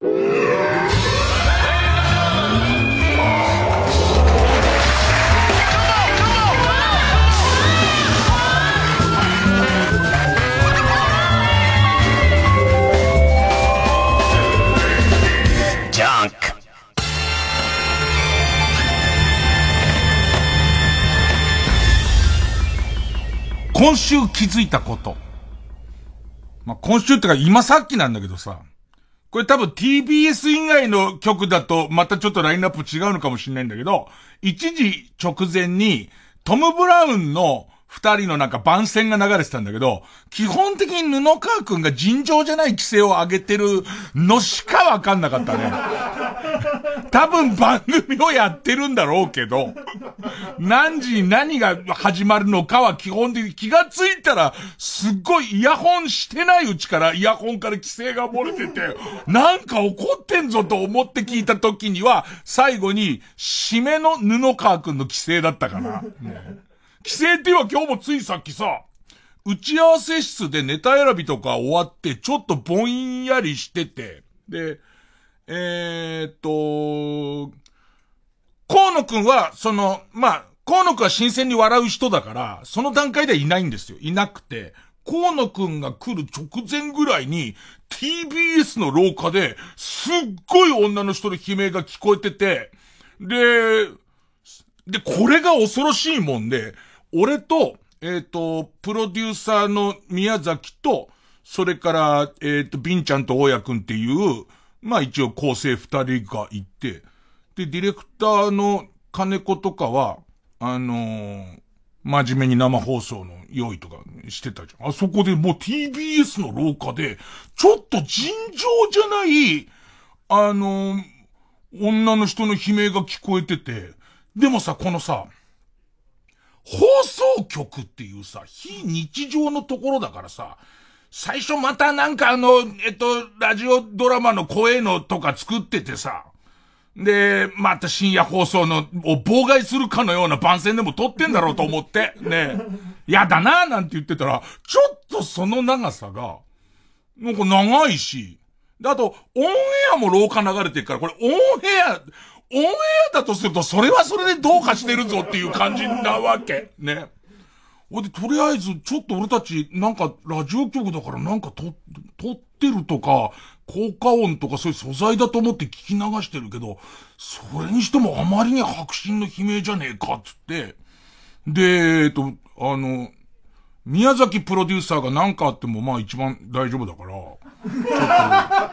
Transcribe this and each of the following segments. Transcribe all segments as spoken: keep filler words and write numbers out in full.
今週気づいたこと。まあ、今週ってか今さっきなんだけどさ、これ多分 ティービーエス 以外の曲だとまたちょっとラインナップ違うのかもしれないんだけど、一時直前にトム・ブラウンの二人のなんか番宣が流れてたんだけど、基本的に布川くんが尋常じゃない規制を上げてるのしかわかんなかったね。多分番組をやってるんだろうけど、何時に何が始まるのかは基本的に気がついたら、すっごいイヤホンしてないうちからイヤホンから規制が漏れてて、なんか怒ってんぞと思って聞いた時には、最後に締めの布川くんの規制だったかな。ね、規制っていうのは今日もついさっきさ、打ち合わせ室でネタ選びとか終わって、ちょっとぼんやりしてて、で、えーっと、河野くんは、その、まあ、河野くんは新鮮に笑う人だから、その段階ではいないんですよ。いなくて、河野くんが来る直前ぐらいに、ティービーエス の廊下で、すっごい女の人の悲鳴が聞こえてて、で、で、これが恐ろしいもんで、俺と、えっと、プロデューサーの宮崎と、それから、えっと、ビンちゃんと大家くんっていう、まあ一応構成二人がいて、で、ディレクターの金子とかは、あのー、真面目に生放送の用意とかしてたじゃん。あそこでもう ティービーエス の廊下で、ちょっと尋常じゃない、あのー、女の人の悲鳴が聞こえてて、でもさ、このさ、放送局っていうさ、非日常のところだからさ、最初またなんかあの、えっと、ラジオドラマの声のとか作っててさ、で、また深夜放送のを妨害するかのような番宣でも撮ってんだろうと思って、ね、やだなーなんて言ってたら、ちょっとその長さが、なんか長いし、で、あと、オンエアも廊下流れてるから、これオンエア、オンエアだとすると、それはそれでどうかしてるぞっていう感じなわけ。ね。ほいで、とりあえず、ちょっと俺たち、なんか、ラジオ局だからなんかと、撮ってるとか、効果音とかそういう素材だと思って聞き流してるけど、それにしてもあまりに迫真の悲鳴じゃねえか、つって。で、えっと、あの、宮崎プロデューサーがなんかあっても、まあ一番大丈夫だから、ち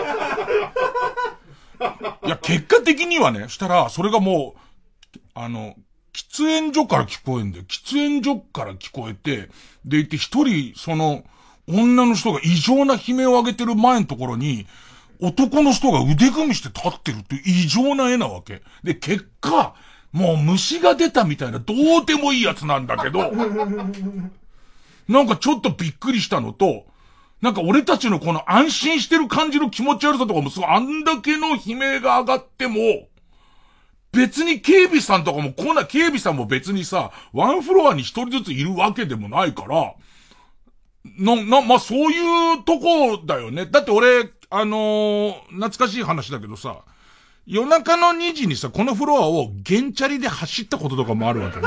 ょっと、いや、結果的にはね、したら、それがもう、あの、喫煙所から聞こえんだよ。喫煙所から聞こえて、でいて一人、その、女の人が異常な悲鳴を上げてる前のところに、男の人が腕組みして立ってるっていう異常な絵なわけ。で、結果、もう虫が出たみたいなどうでもいいやつなんだけど、なんかちょっとびっくりしたのと、なんか俺たちのこの安心してる感じの気持ち悪さとかもすごいあんだけの悲鳴が上がっても、別に警備さんとかもこんな警備さんも別にさ、ワンフロアに一人ずついるわけでもないから、な、な、まあ、そういうとこだよね。だって俺、あのー、懐かしい話だけどさ、夜中のにじにさ、このフロアをゲンチャリで走ったこととかもあるわけ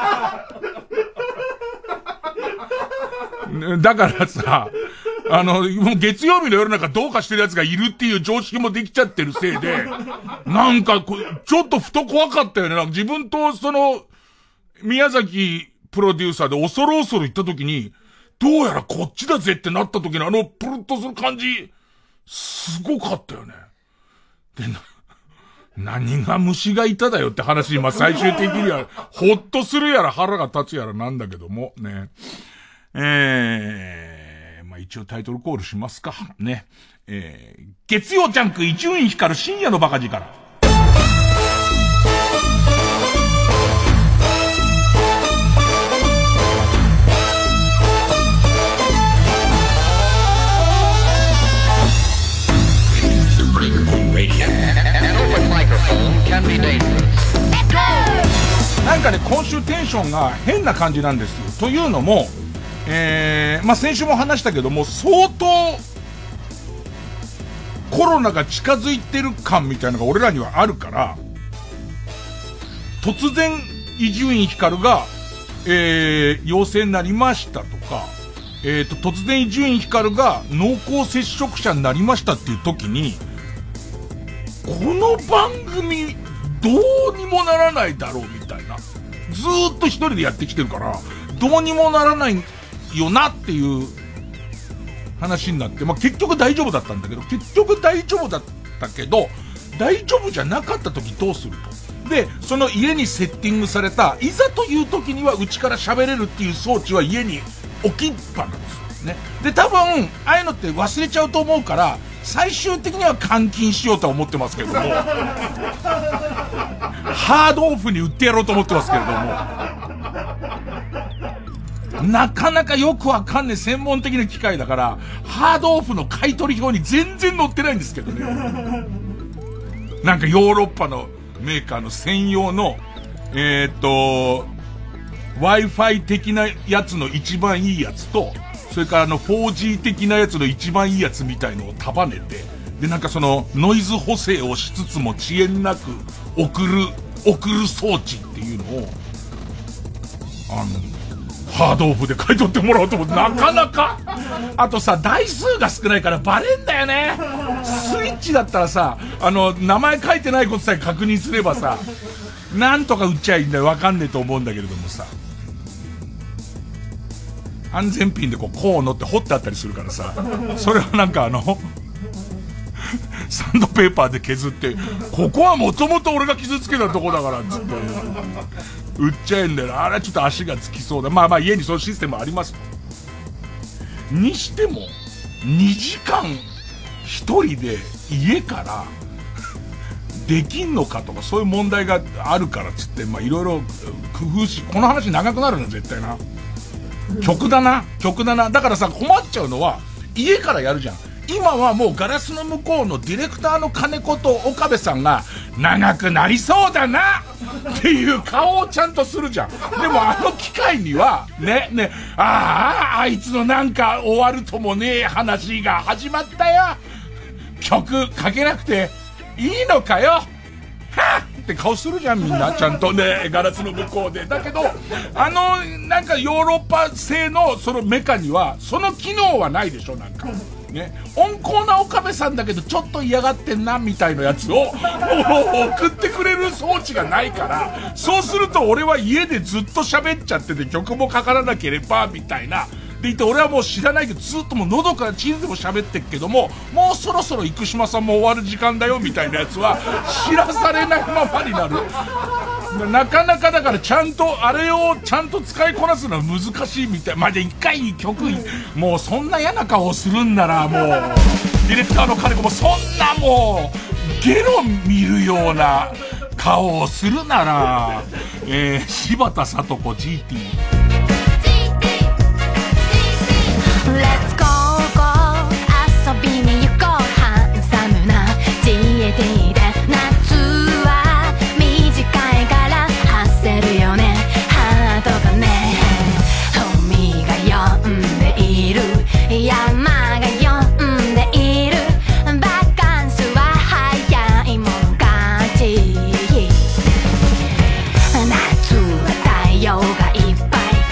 ね。だからさ、あの、もう月曜日の夜なんかどうかしてる奴がいるっていう常識もできちゃってるせいで、なんかこ、ちょっとふと怖かったよね。なんか自分とその、宮崎プロデューサーで恐る恐る行った時に、どうやらこっちだぜってなった時のあのプルッとする感じ、すごかったよね。で、な、何が虫がいただよって話、今最終的には、ほっとするやら腹が立つやらなんだけども、ね。えー、まあ、一応タイトルコールしますか。ね。えー、月曜ジャンク伊集院光る深夜のバカ力。なんかね、今週テンションが変な感じなんですよ。というのも、えー、まあ、先週も話したけども、相当、 コロナが近づいてる感みたいなのが俺らにはあるから、突然伊集院光が、えー、陽性になりましたとか、えーと、突然伊集院光が濃厚接触者になりましたっていう時に、この番組どうにもならないだろうみたいな。ずーっと一人でやってきてるから、どうにもならないよなっていう話になって、まあ、結局大丈夫だったんだけど、結局大丈夫だったけど、大丈夫じゃなかった時どうすると。で、その家にセッティングされた、いざという時にはうちから喋れるっていう装置は家に置きっぱなんですよね。で、多分、ああいうのって忘れちゃうと思うから、最終的には換金しようとは思ってますけれども、ハードオフに売ってやろうと思ってますけれども、なかなかよくわかんねえ専門的な機械だから、ハードオフの買い取り表に全然載ってないんですけどね。なんかヨーロッパのメーカーの専用の、えーっと、Wi-Fi 的なやつの一番いいやつと、それからあの フォージー 的なやつの一番いいやつみたいのを束ねて、でなんかそのノイズ補正をしつつも遅延なく送る、送る装置っていうのを、あの、ハードオフで買い取ってもらおうと思って、なかなか、あとさ、台数が少ないからバレんだよね。スイッチだったらさ、あの、名前書いてないことさえ確認すればさ、なんとか売っちゃいいんだよ。わかんねえと思うんだけれどもさ。安全ピンでこう、こうのって掘ってあったりするからさ、それをなんかあの、サンドペーパーで削って、ここはもともと俺が傷つけたとこだから、つって、売っちゃえんだよ。あれはちょっと足がつきそうだ。まあまあ家にそういうシステムあります。にしても、にじかん一人で家からできんのかとか、そういう問題があるからつって、まあいろいろ工夫し、この話長くなるな、絶対な。曲だな、曲だな。だからさ、困っちゃうのは、家からやるじゃん。今はもうガラスの向こうのディレクターの金子と岡部さんが、長くなりそうだなっていう顔をちゃんとするじゃん。でもあの機会には、ね、ね、ああ、あいつのなんか終わるともねえ話が始まったよ。曲かけなくていいのかよ。はっって顔するじゃん、みんな。ちゃんとね、ガラスの向こうで。だけど、あの、なんかヨーロッパ製のそのメカには、その機能はないでしょ、なんか。ね。温厚な岡部さんだけど、ちょっと嫌がってんな、みたいなやつを、送ってくれる装置がないから、そうすると俺は家でずっと喋っちゃってて、曲もかからなければ、みたいな。でいて、俺はもう知らないけど、ずっともう喉からチーズでも喋ってっけども、もうそろそろ生島さんも終わる時間だよみたいなやつは知らされないままになる。なかなかだからちゃんとあれをちゃんと使いこなすのは難しいみたい。まあ、で一回曲、もうそんな嫌な顔をするんなら、もうディレクターの金子もそんなもうゲロ見るような顔をするなら、えー、柴田聡子 ジーティー。 Let's go go 遊びに行こうハンサムな ジーエーティー で夏は短いから焦るよねハートがね海が呼んでいる山が呼んでいるバカンスは早いもん勝ち夏は太陽がいっぱい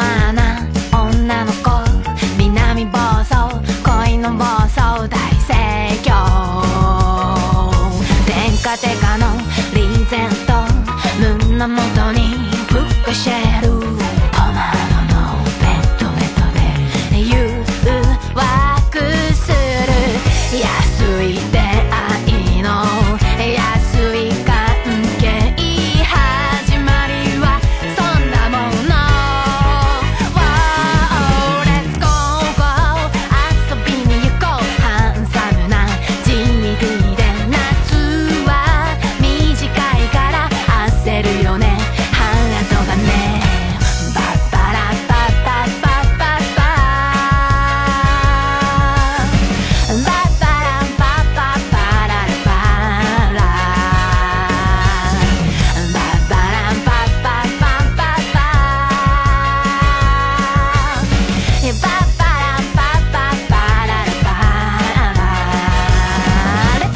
マな女の子南房総恋の暴走大盛況天下テカのリーゼント胸元にフックシェルポマードのベッドベッドで誘惑する安い出会いの安い関係始まりはそんなもの Wow Let's go go 遊びに行こうハンサムな ジーディー で夏は短いから焦るよねハートがねバッバラバッバッバッバッバーバッバラバッバッバララバラバッバラバッバッバッバッバーバッバラバッバッバララバラ Let's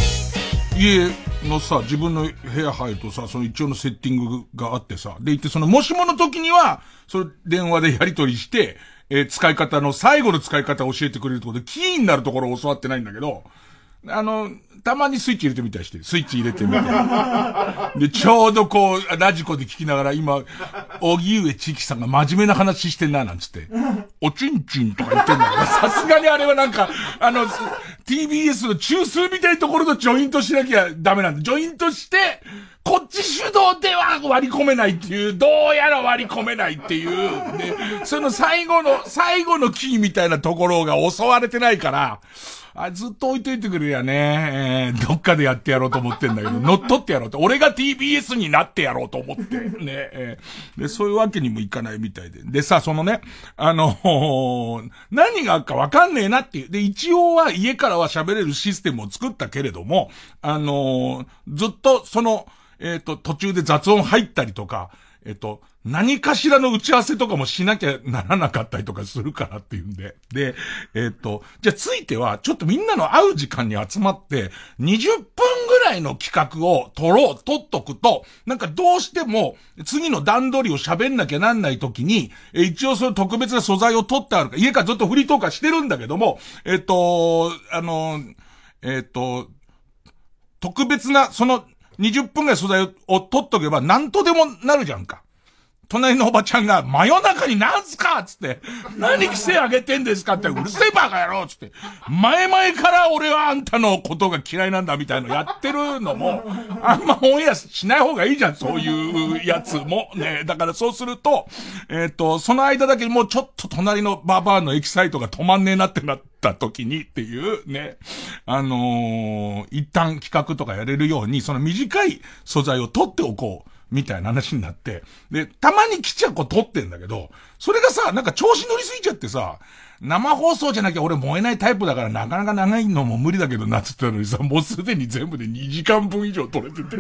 go 家のさ、自分の部屋入るとさ、その一応のセッティングがあってさ、でいてそのもしもの時には、それ電話でやり取りして、えー使い方の、最後の使い方を教えてくれるってことで、キーになるところを教わってないんだけど、あの、たまにスイッチ入れてみたりして、スイッチ入れてみて。で、ちょうどこう、ラジコで聞きながら、今、荻上チキさんが真面目な話してんな、なんつって、おちんちんとか言ってんだけど、さすがにあれはなんか、あの、ティービーエス の中枢みたいなところとジョイントしなきゃダメなんだ。ジョイントして、こっち主導では割り込めないっていう、どうやら割り込めないっていう、で、その最後の、最後のキーみたいなところが襲われてないから、あ、ずっと置いといてくれやね、えー、どっかでやってやろうと思ってんだけど、乗っ取ってやろうと。俺が ティービーエス になってやろうと思って、ね、えー、で、そういうわけにもいかないみたいで。でさ、そのね、あのー、何があるかわかんねえなっていう。で、一応は家からは喋れるシステムを作ったけれども、あのー、ずっとその、えっと、途中で雑音入ったりとか、えっと、何かしらの打ち合わせとかもしなきゃならなかったりとかするからっていうんで。で、えっと、じゃあついては、ちょっとみんなの会う時間に集まって、にじゅっぷんぐらいの企画を撮ろう、撮っとくと、なんかどうしても、次の段取りを喋んなきゃなんない時に、え一応その特別な素材を撮ってあるから、家からずっとフリートークはしてるんだけども、えっと、あの、えっと、特別な、その、にじゅっぷんぐらい素材を取っとけば何とでもなるじゃんか。隣のおばちゃんが真夜中になんすかつって、何規制上げてんですかって、うるせえバカ野郎つって、前々から俺はあんたのことが嫌いなんだみたいなのやってるのも、あんまオンエアしない方がいいじゃん、そういうやつも。ね、だからそうすると、えっと、その間だけもうちょっと隣のババアのエキサイトが止まんねえなってなった時にっていうね、あのー、一旦企画とかやれるように、その短い素材を取っておこう。みたいな話になって。で、たまにきちゃこ撮ってんだけど、それがさ、なんか調子乗りすぎちゃってさ、生放送じゃなきゃ俺燃えないタイプだからなかなか長いのも無理だけどなって言ったのにさ、もうすでに全部でにじかんぶん以上撮れてて。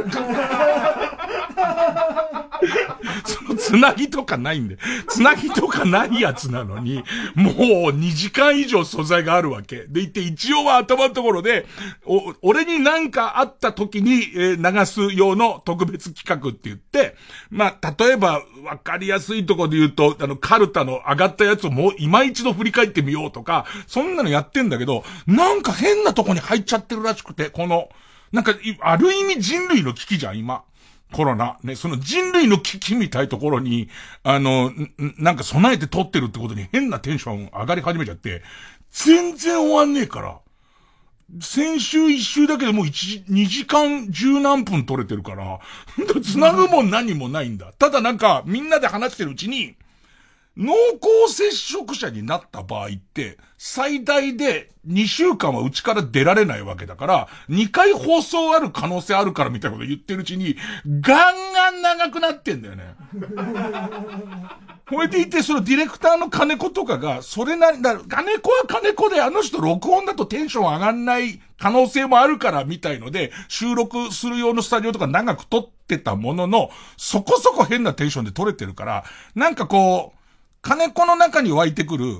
そのつなぎとかないんで、つなぎとかないやつなのに、もうにじかん以上素材があるわけ。でいて一応は頭のところで、お、俺に何かあった時に、えー、流す用の特別企画って言って、まあ、例えばわかりやすいところで言うと、あの、カルタの上がったやつをもう今一度振り返ってみようとか、そんなのやってんだけど、なんか変なとこに入っちゃってるらしくて、この、なんか、ある意味人類の危機じゃん、今。コロナ。ね、その人類の危機みたいところに、あの、なんか備えて撮ってるってことに変なテンション上がり始めちゃって、全然終わんねえから。先週一週だけでもう一、二時間十何分撮れてるから、繋ぐもん何もないんだ。ただなんか、みんなで話してるうちに、濃厚接触者になった場合って、最大でにしゅうかんはうちから出られないわけだから、にかい放送ある可能性あるからみたいなこと言ってるうちに、ガンガン長くなってんだよね。これでいて、そのディレクターの金子とかが、それなりだ、金子は金子であの人録音だとテンション上がんない可能性もあるからみたいので、収録する用のスタジオとか長く撮ってたものの、そこそこ変なテンションで撮れてるから、なんかこう、金子の中に湧いてくる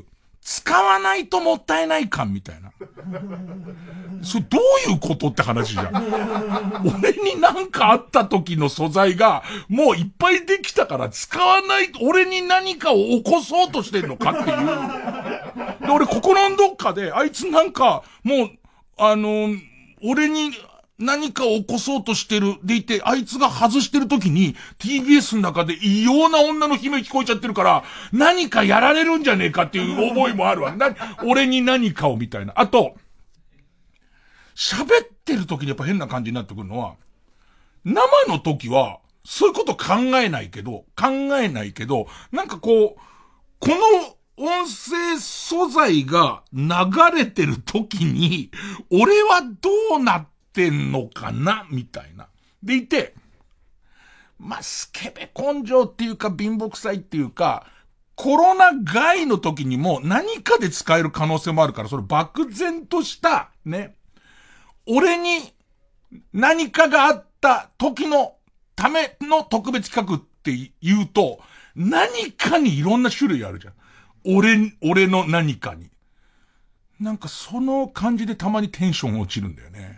使わないともったいない感みたいな。それどういうことって話じゃん。俺になんかあった時の素材がもういっぱいできたから使わない、俺に何かを起こそうとしてんのかっていう。で、俺心のどっかであいつなんかもう、あの、俺に何かを起こそうとしてるでいて、あいつが外してる時に ティービーエス の中で異様な女の悲鳴聞こえちゃってるから、何かやられるんじゃねえかっていう思いもあるわ。な、俺に何かをみたいな。あと、喋ってる時にやっぱ変な感じになってくるのは、生の時はそういうこと考えないけど、考えないけど、なんかこう、この音声素材が流れてる時に、俺はどうなってんのかなみたいな。でいて、まあ、スケベ根性っていうか貧乏臭いっていうか、コロナ外の時にも何かで使える可能性もあるから、それ漠然とした、ね、俺に何かがあった時のための特別企画って言うと、何かにいろんな種類あるじゃん。俺、俺の何かに。なんかその感じでたまにテンション落ちるんだよね。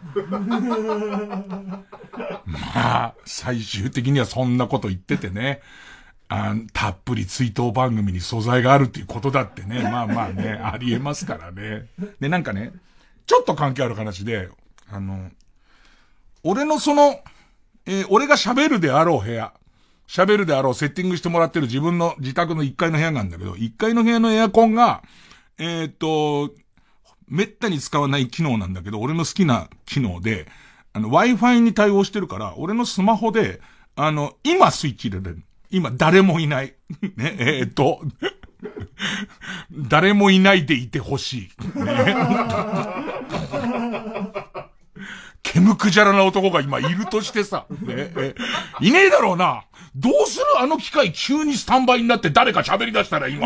まあ、最終的にはそんなこと言っててね。あたっぷり追悼番組に素材があるっていうことだってね。まあまあね、ありえますからね。で、なんかね、ちょっと関係ある話で、あの、俺のその、えー、俺が喋るであろう部屋、喋るであろうセッティングしてもらってる自分の自宅のいっかいの部屋なんだけど、いっかいの部屋のエアコンが、えーっと、めったに使わない機能なんだけど、俺の好きな機能で、あの、Wi-Fi に対応してるから、俺のスマホで、あの、今スイッチ入れれる。今誰もいない。ね、えーっと、誰もいないでいてほしい。ねケムクジャラな男が今いるとしてさ、ね、え、いねえだろうな。どうするあの機械急にスタンバイになって誰か喋り出したら今。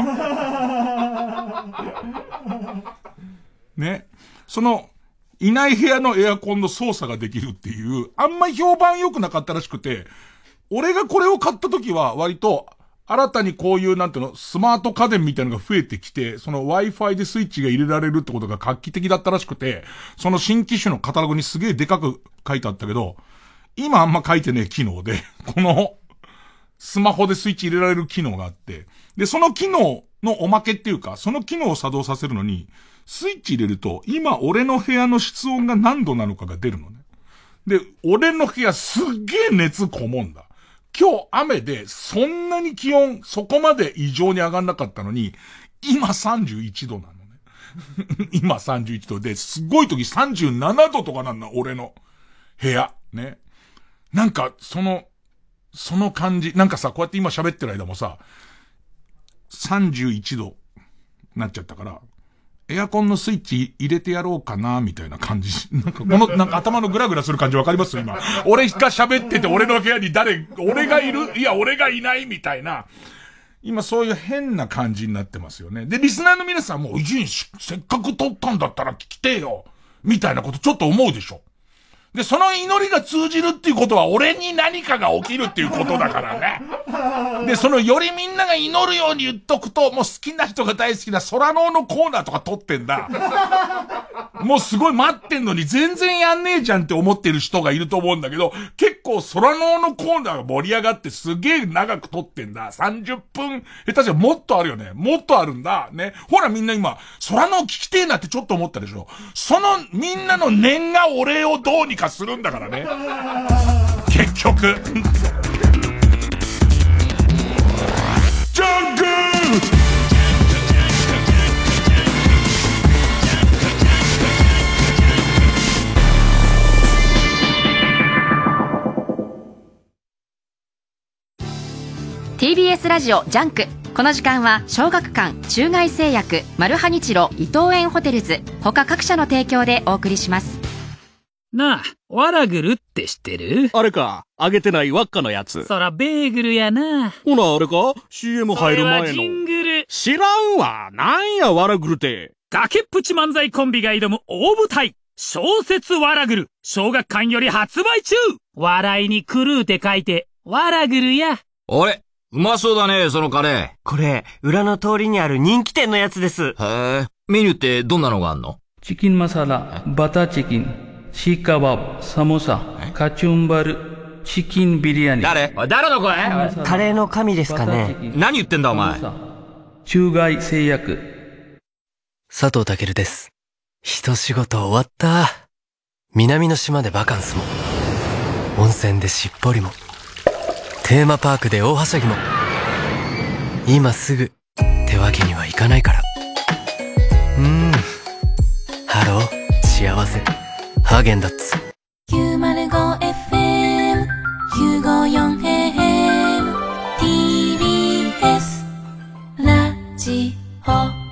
ね。その、いない部屋のエアコンの操作ができるっていう、あんまり評判良くなかったらしくて、俺がこれを買った時は割と、新たにこういうなんていうの、スマート家電みたいなのが増えてきて、その Wi-Fi でスイッチが入れられるってことが画期的だったらしくて、その新機種のカタログにすげえでかく書いてあったけど、今あんま書いてねえ機能で、この、スマホでスイッチ入れられる機能があって、で、その機能のおまけっていうか、その機能を作動させるのに、スイッチ入れると、今俺の部屋の室温が何度なのかが出るのね。で、俺の部屋すっげえ熱こもんだ。今日雨でそんなに気温そこまで異常に上がんなかったのに、今さんじゅういちどなのね。今さんじゅういちどで、すごい時さんじゅうななどとかなんだ、俺の部屋。ね。なんか、その、その感じ、なんかさ、こうやって今喋ってる間もさ、さんじゅういちどなっちゃったから、エアコンのスイッチ入れてやろうかな、みたいな感じ。なんかこの、なんか頭のグラグラする感じわかります今。俺が喋ってて俺の部屋に誰、俺がいるいや、俺がいないみたいな。今そういう変な感じになってますよね。で、リスナーの皆さんも、いじん、せっかく撮ったんだったら聞きてよ。みたいなことちょっと思うでしょ。で、その祈りが通じるっていうことは俺に何かが起きるっていうことだからね。で、そのよりみんなが祈るように言っとくと、もう好きな人が大好きな空能のコーナーとか撮ってんだ。もうすごい待ってんのに全然やんねえじゃんって思ってる人がいると思うんだけど、結構空能のコーナーが盛り上がってすげえ長く撮ってんだ。さんじゅっぷん、下手じゃもっとあるよね。もっとあるんだ。ね。ほらみんな今、空能聞きてえなってちょっと思ったでしょ。そのみんなの念が俺をどうにかするんだからね。結局。ジャングルティービーエス ラジオジャンク。この時間は小学館、中外製薬、マルハニチロ、伊藤園ホテルズ他各社の提供でお送りします。 なあ、ワラグルって知ってる？ あれか、揚げてない輪っかのやつ。 そらベーグルやな。 ほなあれか シーエム 入る前の。 それはジングル。 知らんわ。なんやワラグルって。 崖っぷち漫才コンビが挑む大舞台。小説ワラグル。小学館より発売中。笑いに狂うて書いて、ワラグルや。 俺、 うまそうだね、そのカレー。 これ、裏の通りにある人気店のやつです。 へえ。メニューってどんなのがあんの？ チキンマサラ、バターチキン、シーカバブ、サモサ、カチュンバル、チキンビリヤニ。 誰？おい、誰の声？ カレーの神ですかね。 何言ってんだお前。 中外製薬。 佐藤健です。一仕事終わった。南の島でバカンスも、温泉でしっぽりも、テーマパークで大はしゃぎも、今すぐってわけにはいかないから。うーん。ハロー、幸せ。ハーゲンダッツ。 きゅうまるごエフエム、きゅうごよんエーエム、ティービーエス、ラジオ。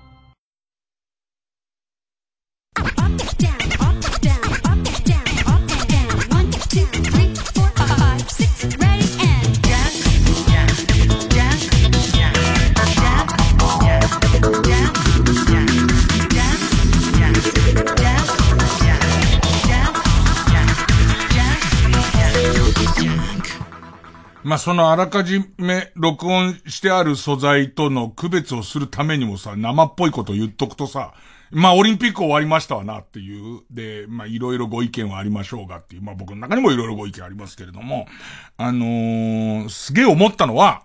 まあ、そのあらかじめ録音してある素材との区別をするためにもさ、生っぽいことを言っとくとさ、まあ、オリンピック終わりましたわなっていう。で、まあ、いろいろご意見はありましょうがっていう。まあ、僕の中にもいろいろご意見ありますけれども、あのー、すげえ思ったのは、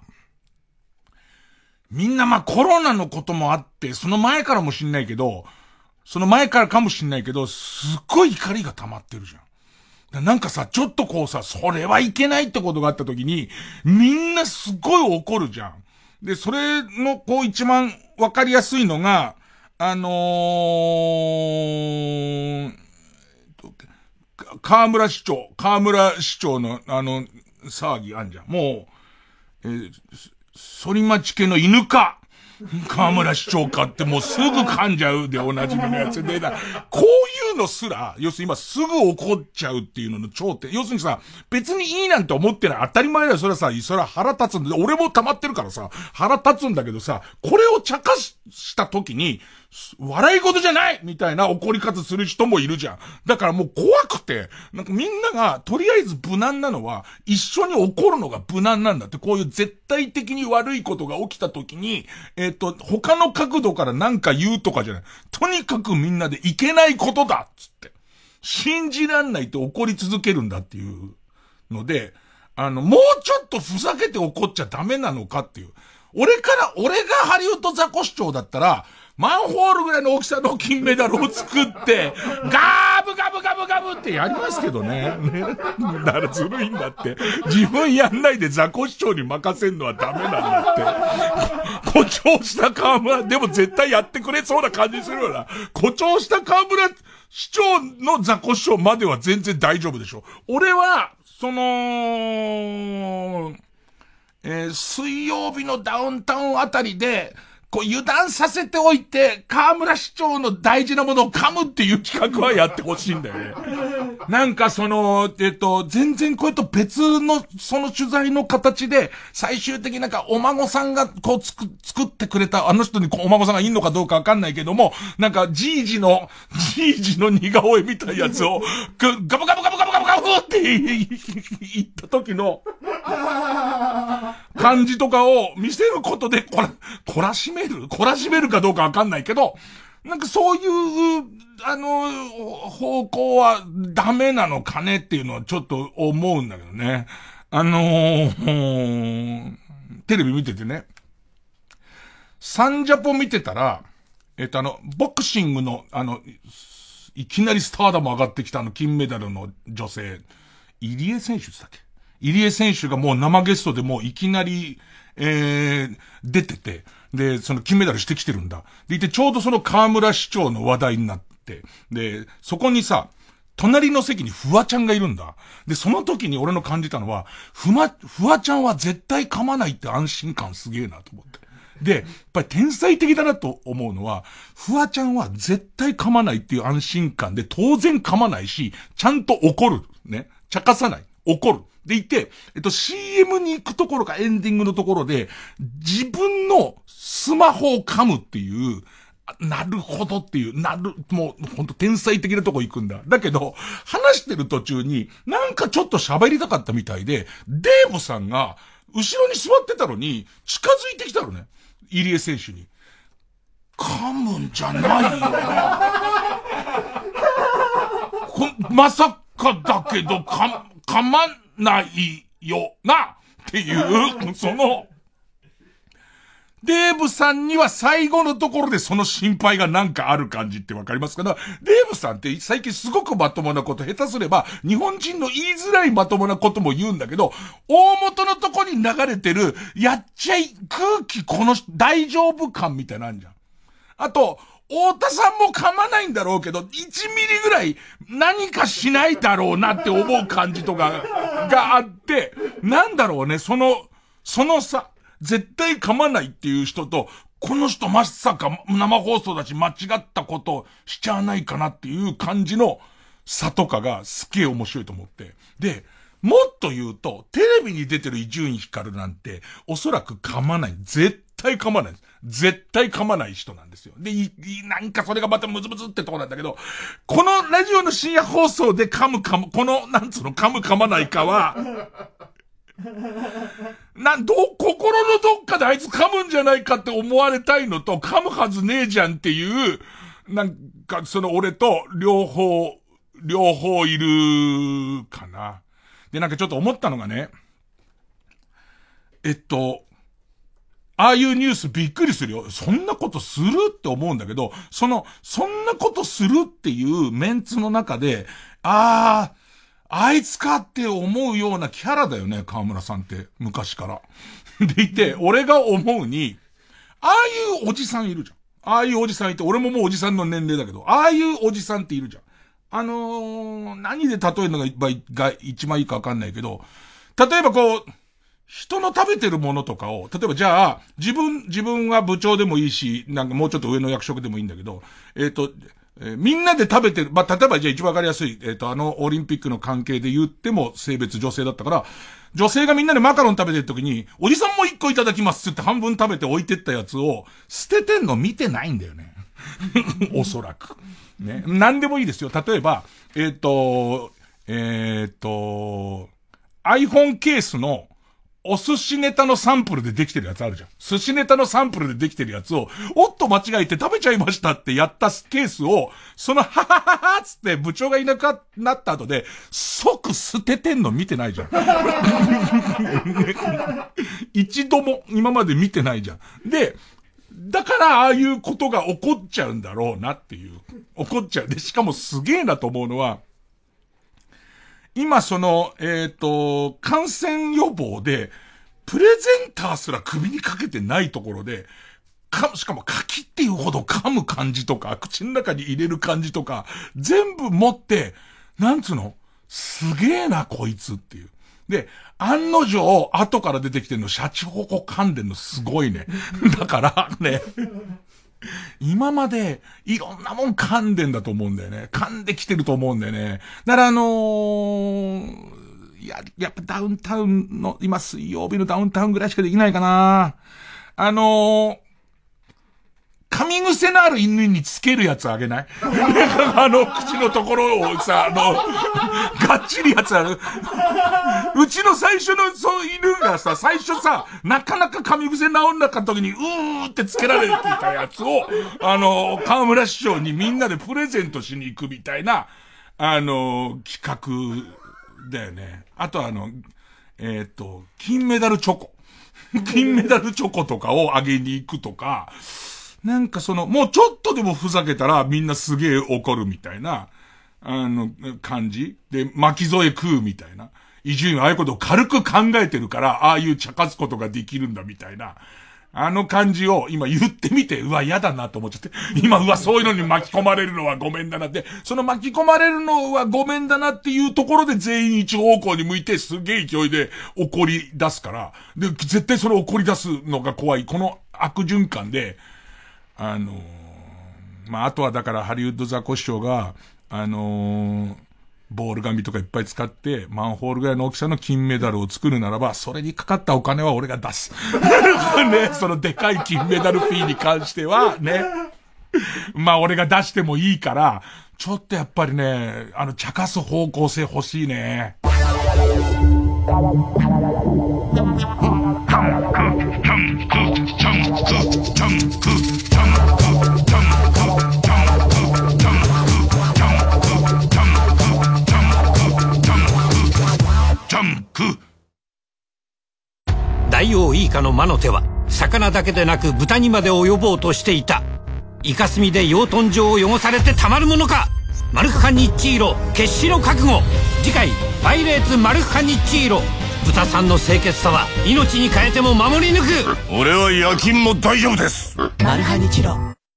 みんなまあ、コロナのこともあって、その前からもしんないけど、その前からかもしんないけど、すっごい怒りが溜まってるじゃん。なんかさ、ちょっとこうさ、それはいけないってことがあった時に、みんなすごい怒るじゃん。で、それのこう一番わかりやすいのが、あのー、河村市長、河村市長のあの、騒ぎあんじゃん。もう、えー、反町家の犬か。河村市長かってもうすぐ噛んじゃうでおなじみのやつで、だこういうのすら、要するに今すぐ怒っちゃうっていうのの頂点。要するにさ、別にいいなんて思ってない。当たり前だよ。それはさ、それは腹立つんだ。俺も溜まってるからさ、腹立つんだけどさ、これを茶化した時に、笑い事じゃないみたいな怒り方する人もいるじゃん。だからもう怖くて、なんかみんながとりあえず無難なのは、一緒に怒るのが無難なんだって、こういう絶対的に悪いことが起きた時に、えっと、他の角度からなんか言うとかじゃない。とにかくみんなでいけないことだっつって。信じらんないって怒り続けるんだっていうので、あの、もうちょっとふざけて怒っちゃダメなのかっていう。俺から、俺がハリウッドザコシショウだったら、マンホールぐらいの大きさの金メダルを作って、ガーブガブガブガブってやりますけどね。ね。だからずるいんだって。自分やんないでザコシショウに任せんのはダメなんだって。誇張した河村、でも絶対やってくれそうな感じするよな。誇張した河村市長のザコシショウまでは全然大丈夫でしょ。俺は、その、えー、水曜日のダウンタウンあたりで、こう油断させておいて、河村市長の大事なものを噛むっていう企画はやってほしいんだよね。なんかその、えっと、全然これと別の、その取材の形で、最終的になんかお孫さんがこうつく、作ってくれた、あの人にお孫さんがいんのかどうかわかんないけども、なんかじいじの、じいじの似顔絵みたいなやつを、ガブガブガブガブガブガブって言った時の、感じとかを見せることで、こら、懲らしめる懲らしめるかどうかわかんないけど、なんかそういう、あの、方向はダメなのかねっていうのはちょっと思うんだけどね。あのー、テレビ見ててね、サンジャポ見てたら、えっとあの、ボクシングの、あの、いきなりスターダム上がってきたあの金メダルの女性、入江選手でしたっけ？入江選手がもう生ゲストでもういきなり、えー、出てて、で、その金メダルしてきてるんだ。でいて、ちょうどその河村市長の話題になって、で、そこにさ、隣の席にフワちゃんがいるんだ。で、その時に俺の感じたのは、ふま、フワちゃんは絶対噛まないって安心感すげえなと思って。で、やっぱり天才的だなと思うのは、フワちゃんは絶対噛まないっていう安心感で当然噛まないし、ちゃんと怒る。ね。茶化さない。怒る。でいて、えっと シーエム に行くところかエンディングのところで、自分のスマホを噛むっていう、なるほどっていう、なる、もうほんと天才的なとこ行くんだ。だけど、話してる途中に、なんかちょっと喋りたかったみたいで、デーブさんが、 後ろに座ってたのに、近づいてきたのね。入江選手に。噛むんじゃないよな。こまさかだけど、か、噛まないよな。っていう、その、デーブさんには最後のところでその心配がなんかある感じってわかりますか？デーブさんって最近すごくまともなこと、下手すれば日本人の言いづらいまともなことも言うんだけど、大元のとこに流れてる、やっちゃい、空気この大丈夫感みたいなのあるじゃん。あと、太田さんも噛まないんだろうけど、いちミリぐらい何かしないだろうなって思う感じとかがあって、なんだろうね、その、そのさ、絶対噛まないっていう人と、この人まさか生放送だし間違ったことしちゃわないかなっていう感じの差とかがすげえ面白いと思って。で、もっと言うと、テレビに出てる伊集院光なんて、おそらく噛まない。絶対噛まない。絶対噛まない人なんですよ。で、い、い、なんかそれがまたムズムズってとこなんだけど、このラジオの深夜放送で噛む噛む、この、なんつうの、噛む噛まないかは、なん、ど、心のどっかであいつ噛むんじゃないかって思われたいのと、噛むはずねえじゃんっていう、なんかその俺と両方、両方いるかな。で、なんかちょっと思ったのがね、えっと、ああいうニュースびっくりするよ。そんなことするって思うんだけど、その、そんなことするっていうメンツの中で、あー、あいつかって思うようなキャラだよね、河村さんって、昔から。でいて、俺が思うに、ああいうおじさんいるじゃん。ああいうおじさんいて、俺ももうおじさんの年齢だけど、ああいうおじさんっているじゃん。あのー、何で例えるのが一番いいかわかんないけど、例えばこう、人の食べてるものとかを、例えばじゃあ、自分、自分は部長でもいいし、なんかもうちょっと上の役職でもいいんだけど、えっと、えー、みんなで食べてる、まあ、例えばじゃあ一番わかりやすい、えっと、あのオリンピックの関係で言っても性別女性だったから、女性がみんなでマカロン食べてる時に、おじさんも一個いただきますって半分食べて置いてったやつを、捨ててんの見てないんだよね。おそらく。ね。なんでもいいですよ。例えば、えっと、えっと、iPhone ケースの、お寿司ネタのサンプルでできてるやつあるじゃん。寿司ネタのサンプルでできてるやつを、おっと間違えて食べちゃいましたってやったケースを、その、ははははつって部長がいなくなった後で、即捨ててんの見てないじゃん。一度も今まで見てないじゃん。で、だからああいうことが起こっちゃうんだろうなっていう。起こっちゃう。で、しかもすげえなと思うのは、今その、えっと、感染予防で、プレゼンターすら首にかけてないところで、か、しかも柿っていうほど噛む感じとか、口の中に入れる感じとか、全部持って、なんつうの？すげえな、こいつっていう。で、案の定、後から出てきてるの、シャチホコ噛んでんのすごいね。だからね、今までいろんなもん噛んでんだと思うんだよね。噛んできてると思うんだよね。だからあのー、いや、やっぱダウンタウンの、今水曜日のダウンタウンぐらいしかできないかな。あのー、噛み癖のある犬につけるやつあげないあの、口のところをさ、あの、がっちりやつある。うちの最初のそう犬がさ、最初さ、なかなか噛み癖治んなかった時に、うーってつけられていたやつを、あの、河村師匠にみんなでプレゼントしに行くみたいな、あの、企画だよね。あとあの、えっと、金メダルチョコ。金メダルチョコとかをあげに行くとか、なんかその、もうちょっとでもふざけたらみんなすげえ怒るみたいな、あの、感じで、巻き添え食うみたいな。伊集院はああいうことを軽く考えてるから、ああいう茶化すことができるんだみたいな。あの感じを今言ってみて、うわ、嫌だなと思っちゃって。今、うわ、そういうのに巻き込まれるのはごめんだなって。その巻き込まれるのはごめんだなっていうところで全員一方向に向いてすげえ勢いで怒り出すから。で、絶対それ怒り出すのが怖い。この悪循環で、あのー、まあ、あとはだからハリウッドザコシショウが、あのー、ボール紙とかいっぱい使って、マンホールぐらいの大きさの金メダルを作るならば、それにかかったお金は俺が出す。ね、そのでかい金メダルフィーに関しては、ね。まあ俺が出してもいいから、ちょっとやっぱりね、あの、茶化す方向性欲しいね。 ジャンク、ジャンク、ジャンク、ジャンク、ジャンク、ジャンク、ジャンク、ジャンク、ジャンク、ジャンク。 大王イイカの魔の手は魚だけでなく豚にまで及ぼうとしていた。イカスミで養豚場を汚されてたまるものか。マルクカニッチーロ決死の覚悟。次回パイレーツマルクカニッチーロ。豚さんの清潔さは命に変えても守り抜く。 俺は夜勤も大丈夫です。 マルハニチロ。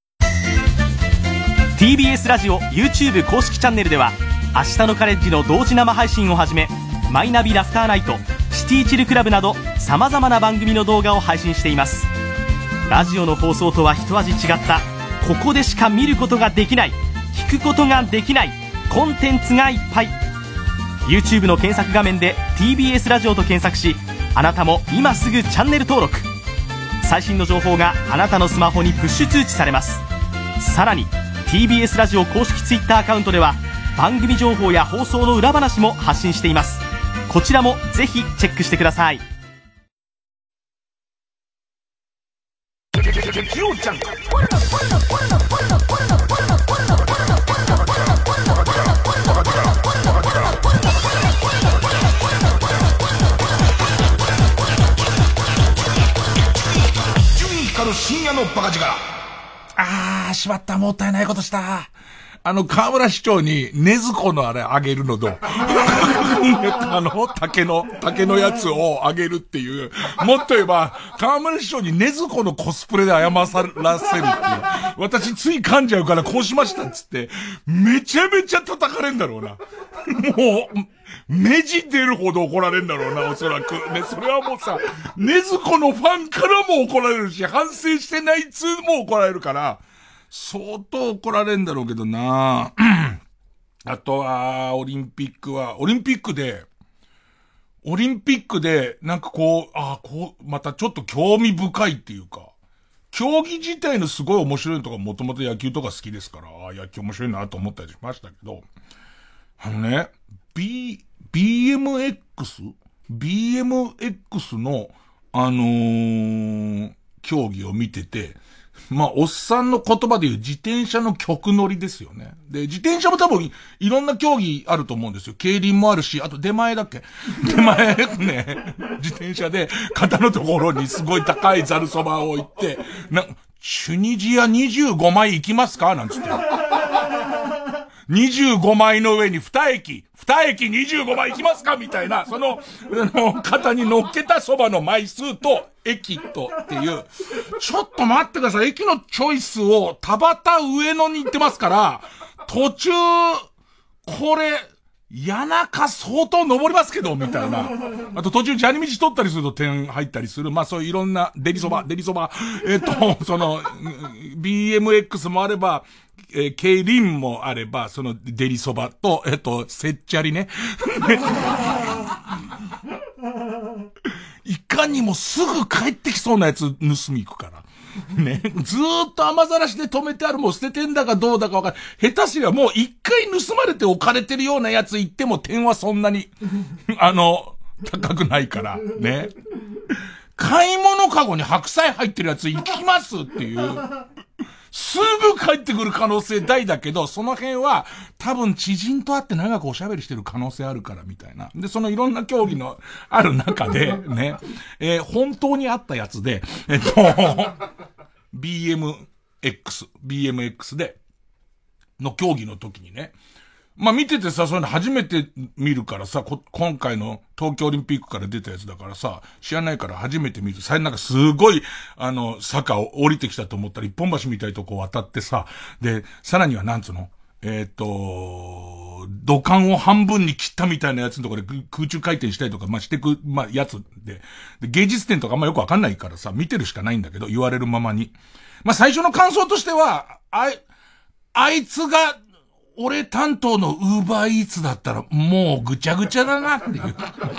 ティービーエス ラジオ YouTube 公式チャンネルでは明日のカレッジの同時生配信をはじめ、マイナビラフターナイト、シティチルクラブなどさまざまな番組の動画を配信しています。ラジオの放送とは一味違ったここでしか見ることができない、聞くことができないコンテンツがいっぱい。 YouTube の検索画面で ティービーエス ラジオと検索し、あなたも今すぐチャンネル登録。最新の情報があなたのスマホにプッシュ通知されます。さらに ティービーエス ラジオ公式 Twitter アカウントでは番組情報や放送の裏話も発信しています。こちらもぜひチェックしてください。 深夜のバカ力。あー、しまった、もったいないことした。あの、河村市長に、ねずこのあれあげるのどうあの、竹の、竹のやつをあげるっていう。もっと言えば、河村市長にねずこのコスプレで謝らせるっていう。私つい噛んじゃうからこうしましたっつって、めちゃめちゃ叩かれんだろうな。もう、目地出るほど怒られんだろうな、おそらく。ね、それはもうさ、ねずこのファンからも怒られるし、反省してないつも怒られるから、相当怒られんだろうけどな。あとは、オリンピックは、オリンピックで、オリンピックで、なんかこう、ああ、こう、またちょっと興味深いっていうか、競技自体のすごい面白いのとか、もともと野球とか好きですから、ああ、野球面白いなと思ったりしましたけど、あのね、B、ビーエムエックス? ビーエムエックス の、あのー、競技を見てて、まあ、おっさんの言葉で言う自転車の曲乗りですよね。で、自転車も多分いろんな競技あると思うんですよ。競輪もあるし、あと出前だっけ出前ね、自転車で肩のところにすごい高いザルそばを置いて、な、チュニジアにじゅうごまい行きますかなんつって。にじゅうごまいの上にに駅、に駅にじゅうごまい行きますかみたいな、その、あの、肩に乗っけたそばの枚数と、駅とっていう。ちょっと待ってください。駅のチョイスを田端上野に行ってますから、途中、これ、谷中相当登りますけど、みたいな。あと途中砂利道取ったりすると点入ったりする。まあそういういろんな、デリそば、デリそば、えっと、その、ビーエムエックス もあれば、えー、競輪もあれば、そのデリそばと、えっと、せっちゃりね。いかにもすぐ帰ってきそうなやつ盗み行くから。ね。ずーっと雨ざらしで止めてあるもう捨ててんだかどうだかわかんない。下手すりゃもう一回盗まれて置かれてるようなやつ行っても点はそんなに、あの、高くないから。ね。買い物カゴに白菜入ってるやつ行きますっていう。すぐ帰ってくる可能性大だけど、その辺は多分知人と会って長くおしゃべりしてる可能性あるからみたいな。で、そのいろんな競技のある中でね、えー、本当にあったやつで、えっと、ビーエムエックス、ビーエムエックス で、の競技の時にね、まあ見ててさ、そういうの初めて見るからさ、こ今回の東京オリンピックから出たやつだからさ、知らないから初めて見る。最初なんかすごい、あの、坂を降りてきたと思ったら一本橋みたいなとこ渡ってさ、で、さらにはなんつうのえっと、土管を半分に切ったみたいなやつのところで空中回転したりとか、まあ、してく、まあ、やつで、で、芸術点とかあんまよくわかんないからさ、見てるしかないんだけど、言われるままに。まあ、最初の感想としては、あい、あいつが、俺担当のウーバーイーツだったらもうぐちゃぐちゃだなっていう。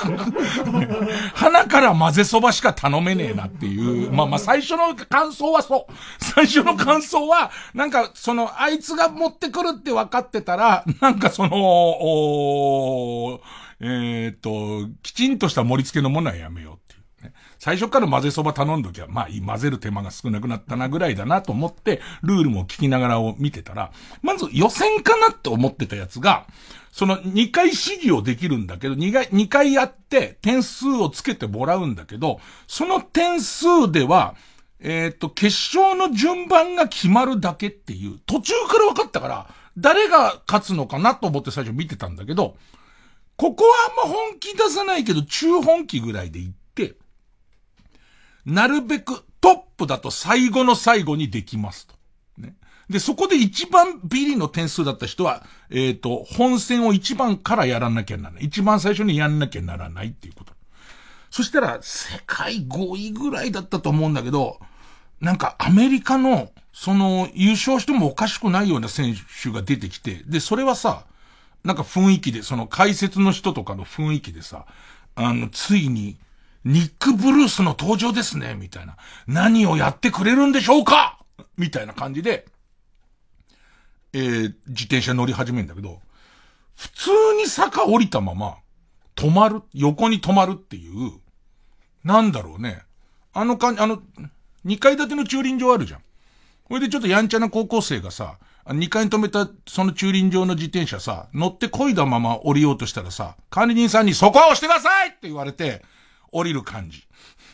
鼻から混ぜそばしか頼めねえなっていう。まあまあ最初の感想はそう。最初の感想は、なんかそのあいつが持ってくるって分かってたら、なんかその、おえーっと、きちんとした盛り付けのものはやめようっていうね。 最初から混ぜそば頼んどきゃ、まあいい、混ぜる手間が少なくなったなぐらいだなと思って、ルールも聞きながらを見てたら、まず予選かなって思ってたやつが、そのにかい試技をできるんだけど、にかい、にかいやって点数をつけてもらうんだけど、その点数では、えっと、決勝の順番が決まるだけっていう、途中から分かったから、誰が勝つのかなと思って最初見てたんだけど、ここはあんま本気出さないけど、中本気ぐらいでいって、なるべくトップだと最後の最後にできますと。ね。で、そこで一番ビリの点数だった人は、えっと、本戦を一番からやらなきゃならない。一番最初にやんなきゃならないっていうこと。そしたら、世界ごいぐらいだったと思うんだけど、なんかアメリカの、その、優勝してもおかしくないような選手が出てきて、で、それはさ、なんか雰囲気で、その解説の人とかの雰囲気でさ、あの、ついに、ニック・ブルースの登場ですね、みたいな。何をやってくれるんでしょうかみたいな感じで、えー、自転車乗り始めるんだけど、普通に坂降りたまま、止まる、横に止まるっていう、なんだろうね。あの感じ、あの、にかい建ての駐輪場あるじゃん。これでちょっとやんちゃな高校生がさ、にかいに止めたその駐輪場の自転車さ、乗って漕いだまま降りようとしたらさ、管理人さんにそこは押してくださいって言われて、降りる感じ。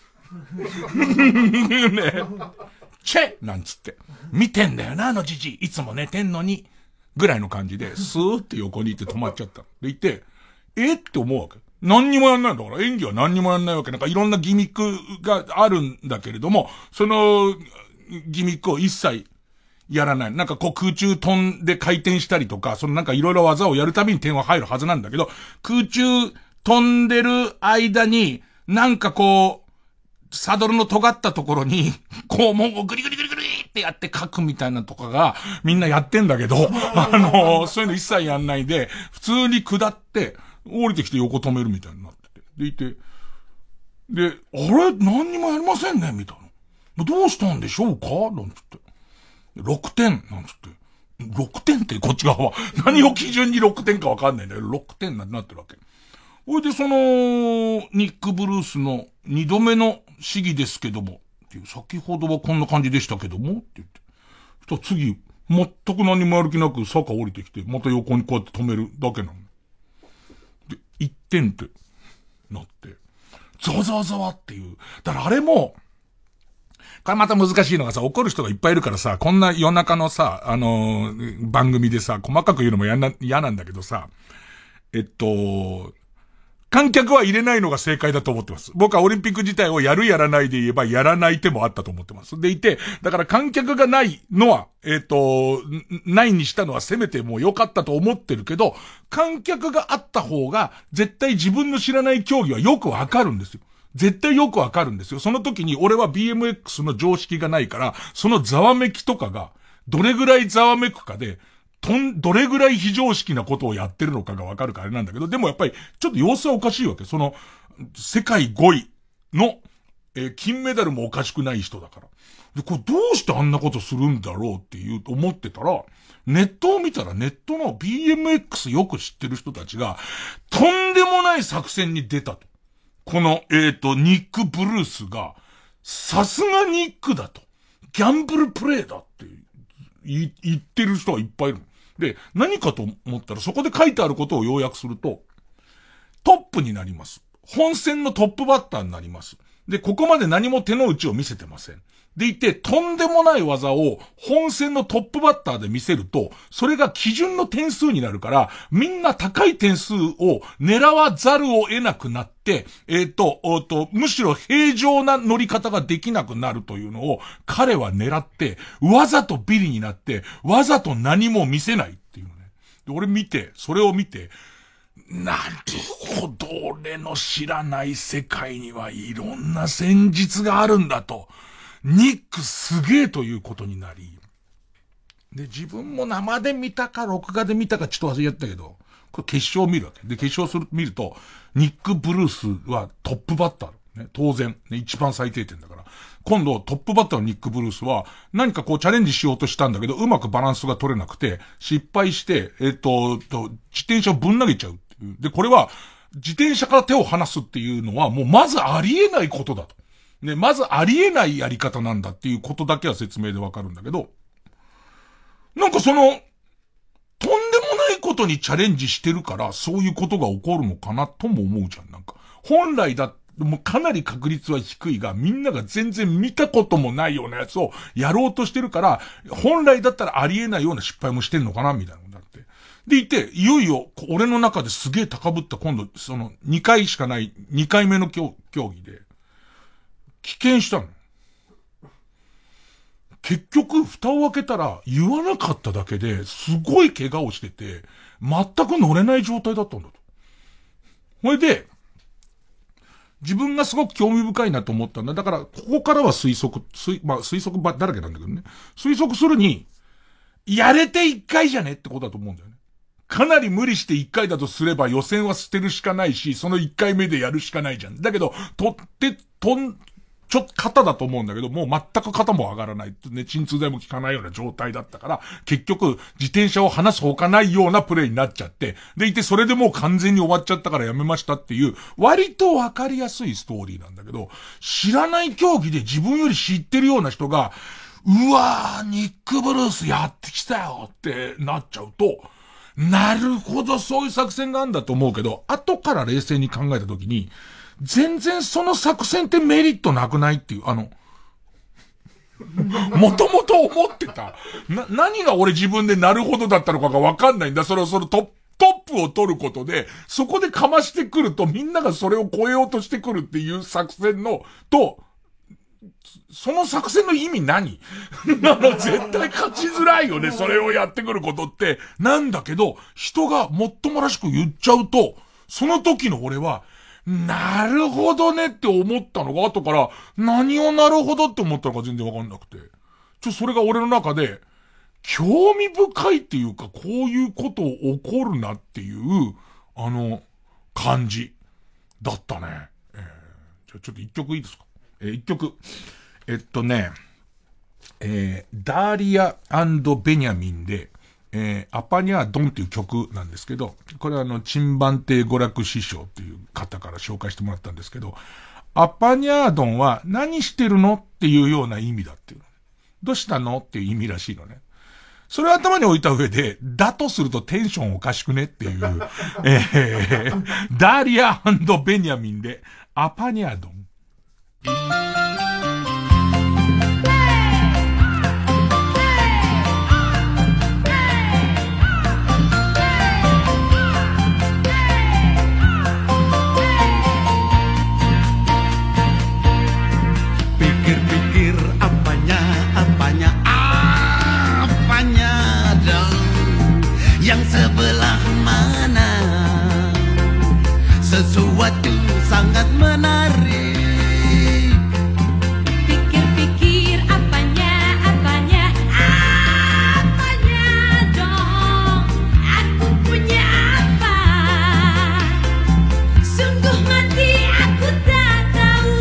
ね、チェなんつって。見てんだよな、あのじじい。いつも寝てんのに。ぐらいの感じで、スーって横に行って止まっちゃった。でいて、えって思うわけ。何にもやんないんだから、演技は何にもやんないわけ。なんかいろんなギミックがあるんだけれども、そのギミックを一切やらない。なんかこう空中飛んで回転したりとか、そのなんかいろいろ技をやるたびに点は入るはずなんだけど、空中飛んでる間に、なんかこう、サドルの尖ったところに、こうもうグリグリグリグリってやって書くみたいなとかが、みんなやってんだけど、あのー、そういうの一切やんないで、普通に下って、降りてきて横止めるみたいになってて。でいて、で、あれ何にもやりませんねみたいな。どうしたんでしょうかなんつって。ろくてんなんつって。ろくてんってこっち側は。何を基準にろくてんかわかんないんだけど、ろくてんなんてなってるわけ。ほいで、その、ニック・ブルースの二度目の試技ですけども、っていう、先ほどはこんな感じでしたけども、って言って。そしたら次、全く何もやる気なく坂降りてきて、また横にこうやって止めるだけなの。で、いってんってなって、ザワザワザワっていう。だからあれも、これまた難しいのがさ、怒る人がいっぱいいるからさ、こんな夜中のさ、あのー、番組でさ、細かく言うのも嫌な、嫌なんだけどさ、えっと、観客は入れないのが正解だと思ってます。僕はオリンピック自体をやるやらないで言えばやらない手もあったと思ってます。でいて、だから観客がないのは、えっと、ないにしたのはせめてもう良かったと思ってるけど、観客があった方が絶対自分の知らない競技はよくわかるんですよ。絶対よくわかるんですよ。その時に俺は ビーエムエックス の常識がないから、そのざわめきとかが、どれぐらいざわめくかで、とん、どれぐらい非常識なことをやってるのかがわかるからあれなんだけど、でもやっぱり、ちょっと様子はおかしいわけ。その、世界ごいの、えー、金メダルもおかしくない人だから。で、これどうしてあんなことするんだろうっていう、思ってたら、ネットを見たらネットの ビーエムエックス よく知ってる人たちが、とんでもない作戦に出たと。この、えっと、ニック・ブルースが、さすがニックだと。ギャンブルプレイだって言ってる人がいっぱいいる。で、何かと思ったらそこで書いてあることを要約すると、トップになります。本戦のトップバッターになります。で、ここまで何も手の内を見せてません。でいて、とんでもない技を本戦のトップバッターで見せると、それが基準の点数になるから、みんな高い点数を狙わざるを得なくなって、えっと、おと、むしろ平常な乗り方ができなくなるというのを、彼は狙って、わざとビリになって、わざと何も見せないっていうのね。で、俺見て、それを見て、なるほど、俺の知らない世界にはいろんな戦術があるんだと。ニックすげえということになり。で、自分も生で見たか、録画で見たかちょっと忘れちゃったけど、これ決勝を見るわけ。で、決勝する、見ると、ニック・ブルースはトップバッター。ね、当然、ね、一番最低点だから。今度、トップバッターのニック・ブルースは、何かこうチャレンジしようとしたんだけど、うまくバランスが取れなくて、失敗して、えっと、と自転車をぶん投げちゃうっていう。で、これは、自転車から手を離すっていうのは、もうまずありえないことだと。 ね、まずありえないやり方なんだっていうことだけは説明でわかるんだけど、なんかその、とんでもないことにチャレンジしてるから、そういうことが起こるのかなとも思うじゃん。なんか、本来だ、もうかなり確率は低いが、みんなが全然見たこともないようなやつをやろうとしてるから、本来だったらありえないような失敗もしてんのかなみたいなのだって。でいて、いよいよ、俺の中ですげえ高ぶった今度、そのにかいしかないにかいめの競技で、棄権したの。結局、蓋を開けたら、言わなかっただけで、すごい怪我をしてて、全く乗れない状態だったんだと。それで、自分がすごく興味深いなと思ったんだ。だから、ここからは推測、推、まあ推測ばだらけなんだけどね。推測するに、やれていっかいじゃねってことだと思うんだよね。かなり無理していっかいだとすれば予選は捨てるしかないし、そのいっかいめでやるしかないじゃん。だけど、とって、とん、ちょっと肩だと思うんだけど、もう全く肩も上がらない。ね、鎮痛剤も効かないような状態だったから、結局、自転車を離すほかないようなプレイになっちゃって、でいてそれでもう完全に終わっちゃったからやめましたっていう、割とわかりやすいストーリーなんだけど、知らない競技で自分より知ってるような人が、うわー、ニック・ブルースやってきたよってなっちゃうと、なるほどそういう作戦があるんだと思うけど、後から冷静に考えたときに、全然その作戦ってメリットなくないっていう、あの、もともと思ってた。な、何が俺自分でなるほどだったのかがわかんないんだ。それをそのトップ、トップを取ることで、そこでかましてくるとみんながそれを超えようとしてくるっていう作戦の、と、その作戦の意味何あの、絶対勝ちづらいよね、それをやってくることって。なんだけど、人がもっともらしく言っちゃうと、その時の俺は、なるほどねって思ったのが後から何をなるほどって思ったのか全然わかんなくて。ちょ、それが俺の中で興味深いっていうかこういうことを起こるなっていうあの感じだったね。えー、じゃあちょっと一曲いいですか？えー、一曲。えっとね、えー、ダーリア&ベニャミンでえー、アパニャードンっていう曲なんですけど、これはあの、チンバンテイ娯楽師匠っていう方から紹介してもらったんですけど、アパニャードンは何してるのっていうような意味だっていう。どうしたのっていう意味らしいのね。それを頭に置いた上で、だとするとテンションおかしくねっていう、えー、ダーリア&ベニャミンで、アパニャードン。 Yang sebelah mana sesuatu sangat menarik. Pikir-pikir apanya, apanya, apanya dong. Aku punya apa? Sungguh mati aku tak tahu.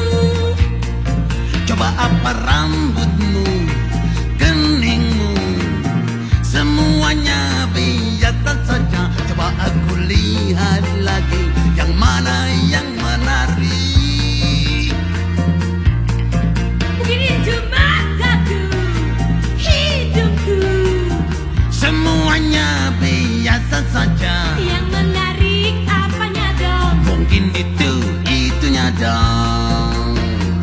Coba apa rambutmu, keningmu, semuanya biasa saja. Coba aku lihat lagi yang mana yang menarik. Mungkin itu mataku, hidungku, semuanya biasa saja. Yang menarik apanya dong? Mungkin itu itunya dong.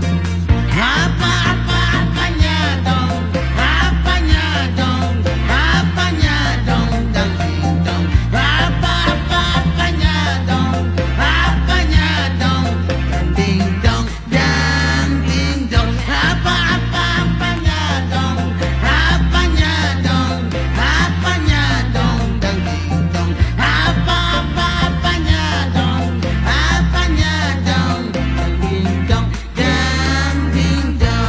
Apa-apa-apanya dong, apanya dong, apanya dong, dang dong. Apa-apa-apanya dong, apanya dong, ding dong, dang ding dong. Apa-apa-apanya dong, apanya dong, apanya dong, dang ding dong. Apa-apa-apanya dong, apanya dong, dang ding dong, dang ding dong.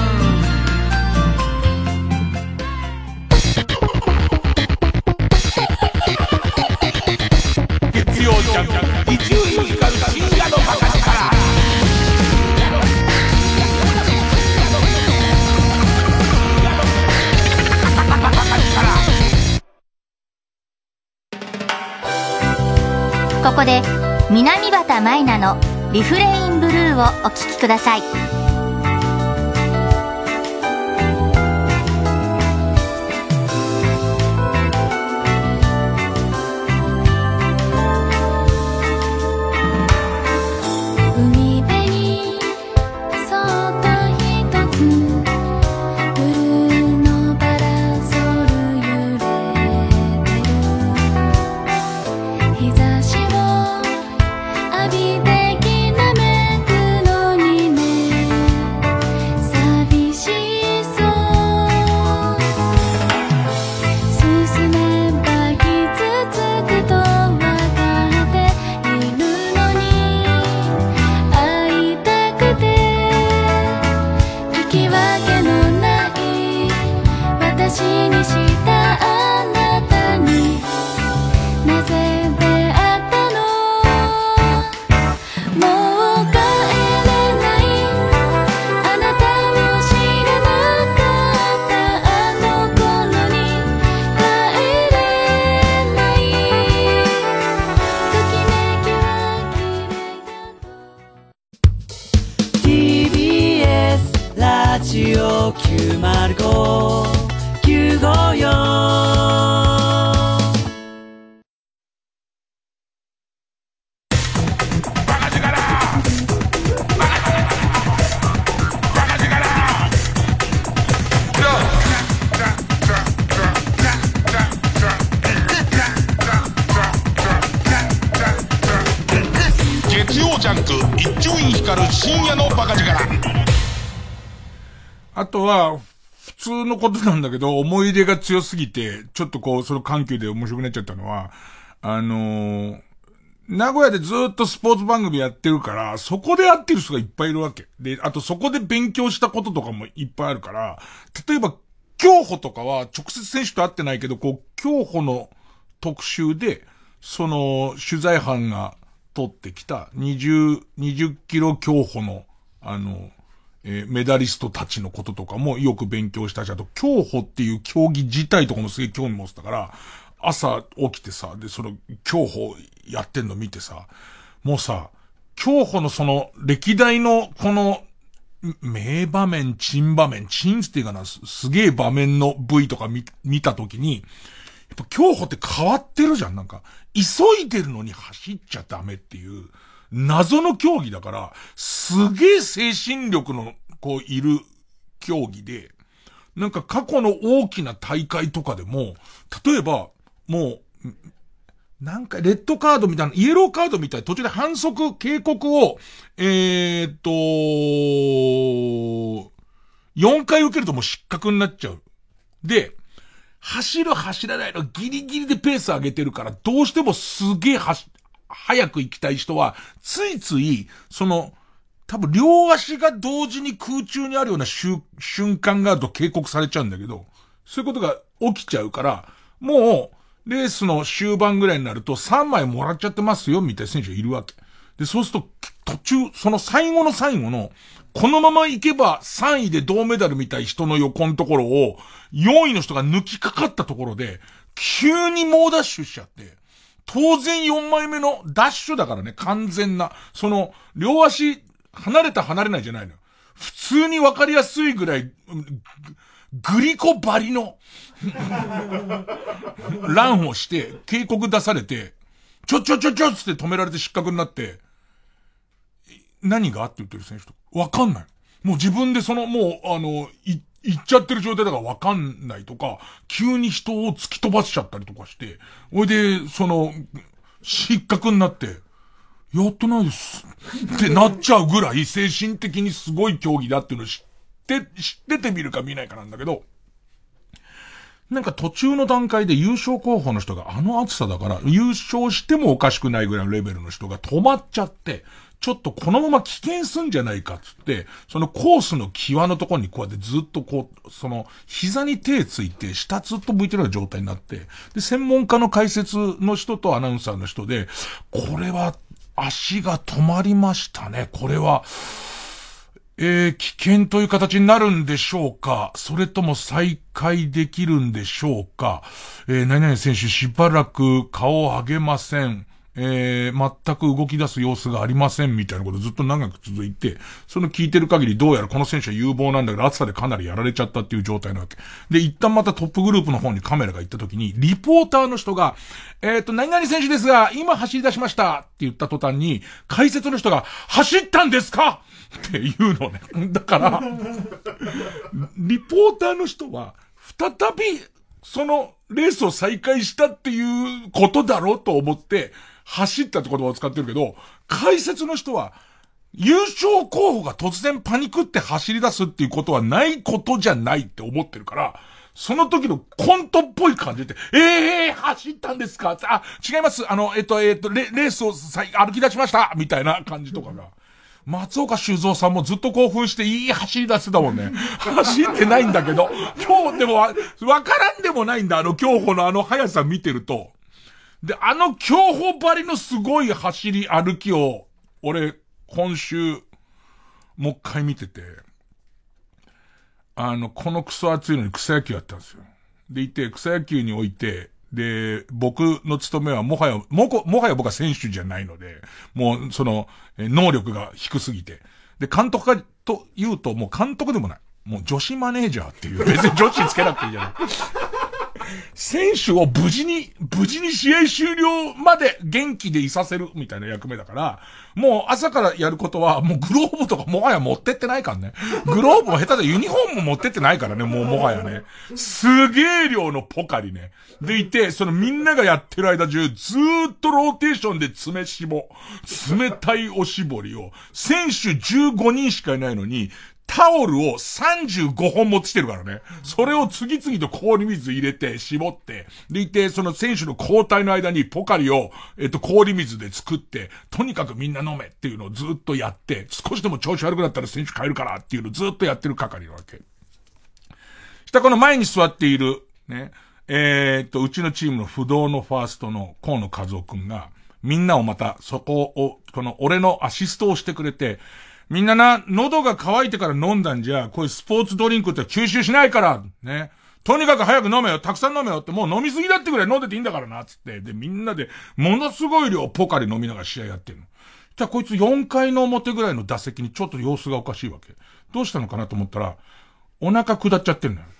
月曜ジャンク伊集院光深夜のバカ力。 ここで南畑舞菜のリフレインブルーをお聴きください。 にしたあなたになぜ出会ったの。もう帰れないあなたを知らなかったあの頃に帰れないときめきは綺麗だと ティービーエス ラジオきゅうまるご きゅうごよん月曜ジャンク一丁院光る深夜のバカ力。あとは、普通のことなんだけど、思い出が強すぎて、ちょっとこう、その緩急で面白くなっちゃったのは、あのー、名古屋でずっとスポーツ番組やってるから、そこで会ってる人がいっぱいいるわけ。で、あとそこで勉強したこととかもいっぱいあるから、例えば、競歩とかは直接選手と会ってないけど、こう、競歩の特集で、その、取材班が取ってきたにじゅう、にじゅっキロ競歩の、あの、えー、メダリストたちのこととかもよく勉強したし、あと、競歩っていう競技自体とかもすげえ興味持ってたから、朝起きてさ、で、その、競歩やってんの見てさ、もうさ、競歩のその、歴代の、この、名場面、珍場面、珍っていうかな、す、すげえ場面の ブイ とか見、見たときに、やっぱ競歩って変わってるじゃん、なんか。急いでるのに走っちゃダメっていう、謎の競技だから、すげえ精神力の、こう、いる競技で、なんか過去の大きな大会とかでも、例えば、もう、なんか、レッドカードみたいな、イエローカードみたいな、途中で反則、警告を、えーっと、よんかい受けるともう失格になっちゃう。で、走る走らないのギリギリでペース上げてるから、どうしてもすげえはし、早く行きたい人は、ついつい、その、多分両足が同時に空中にあるような瞬間があると警告されちゃうんだけど、そういうことが起きちゃうから、もう、レースの終盤ぐらいになるとさんまいもらっちゃってますよみたいな選手がいるわけ。で、そうすると途中、その最後の最後の、このまま行けばさんいで銅メダルみたい人の横のところをよんいの人が抜きかかったところで、急に猛ダッシュしちゃって、当然よんまいめのダッシュだからね、完全な、その、両足離れた離れないじゃないのよ。普通にわかりやすいぐらい、グリコバリのランをして警告出されて、ちょちょちょちょつって止められて失格になって、何がって言ってる選手とわかんない。もう自分でそのもうあのい行っちゃってる状態だからわかんないとか、急に人を突き飛ばしちゃったりとかして、おいでその失格になって。やってないですってなっちゃうぐらい精神的にすごい競技だっていうのを知って、知っててみるか見ないかなんだけど、なんか途中の段階で優勝候補の人があの暑さだから優勝してもおかしくないぐらいのレベルの人が止まっちゃって、ちょっとこのまま危険すんじゃないかっつって、そのコースの際のところにこうやってずっとこう、その膝に手ついて下ずっと向いてるような状態になって、で、専門家の解説の人とアナウンサーの人で、これは足が止まりましたね。これは、えー、危険という形になるんでしょうか、それとも再開できるんでしょうか。えー、何々選手しばらく顔を上げません。えー、全く動き出す様子がありませんみたいなことずっと長く続いて、その聞いてる限りどうやらこの選手は有望なんだけど暑さでかなりやられちゃったっていう状態なわけ。で、一旦またトップグループの方にカメラが行った時に、リポーターの人が、えーと、何々選手ですが、今走り出しましたって言った途端に、解説の人が、走ったんですかって言うのね。だから、リポーターの人は、再び、そのレースを再開したっていうことだろうと思って、走ったって言葉を使ってるけど、解説の人は、優勝候補が突然パニクって走り出すっていうことはないことじゃないって思ってるから、その時のコントっぽい感じで、ええー、走ったんですか、あ、違います。あの、えっと、えっと、レ、レースをさ歩き出しましたみたいな感じとかが、 松岡修造さんもずっと興奮していい走り出してたもんね。走ってないんだけど、今日でもわ、わからんでもないんだ、あの競歩のあの速さ見てると。で、あの競歩ばりのすごい走り歩きを、俺、今週、もう一回見てて、あの、このクソ暑いのに草野球やったんですよ。でいて、草野球において、で、僕の務めはもはや、もこ、もはや僕は選手じゃないので、もう、その、能力が低すぎて。で、監督かと言うと、もう監督でもない。もう女子マネージャーっていう、別に女子つけなくていいじゃない。選手を無事に、無事に試合終了まで元気でいさせるみたいな役目だから、もう朝からやることは、もうグローブとかもはや持ってってないからね。グローブも下手でユニフォームも持ってってないからね、もうもはやね。すげえ量のポカリね。でいて、そのみんながやってる間中、ずーっとローテーションで詰め絞、冷たいおしぼりを、選手じゅうごにんしかいないのに、タオルをさんじゅうごほん持ってきてるからね。それを次々と氷水入れて、絞って、でいて、その選手の交代の間にポカリを、えっと、氷水で作って、とにかくみんな飲めっていうのをずっとやって、少しでも調子悪くなったら選手変えるからっていうのをずっとやってる係なわけ。したこの前に座っている、ね、えー、っと、うちのチームの不動のファーストの河野和夫くんが、みんなをまた、そこを、この俺のアシストをしてくれて、みんなな、喉が渇いてから飲んだんじゃ、こういうスポーツドリンクって吸収しないから、ね。とにかく早く飲めよ、たくさん飲めよって、もう飲みすぎだってくらい飲んでていいんだからな、つって。で、みんなで、ものすごい量ポカリ飲みながら試合やってるの。じゃあこいつよんかいの表ぐらいの打席にちょっと様子がおかしいわけ。どうしたのかなと思ったら、お腹下っちゃってんのよ。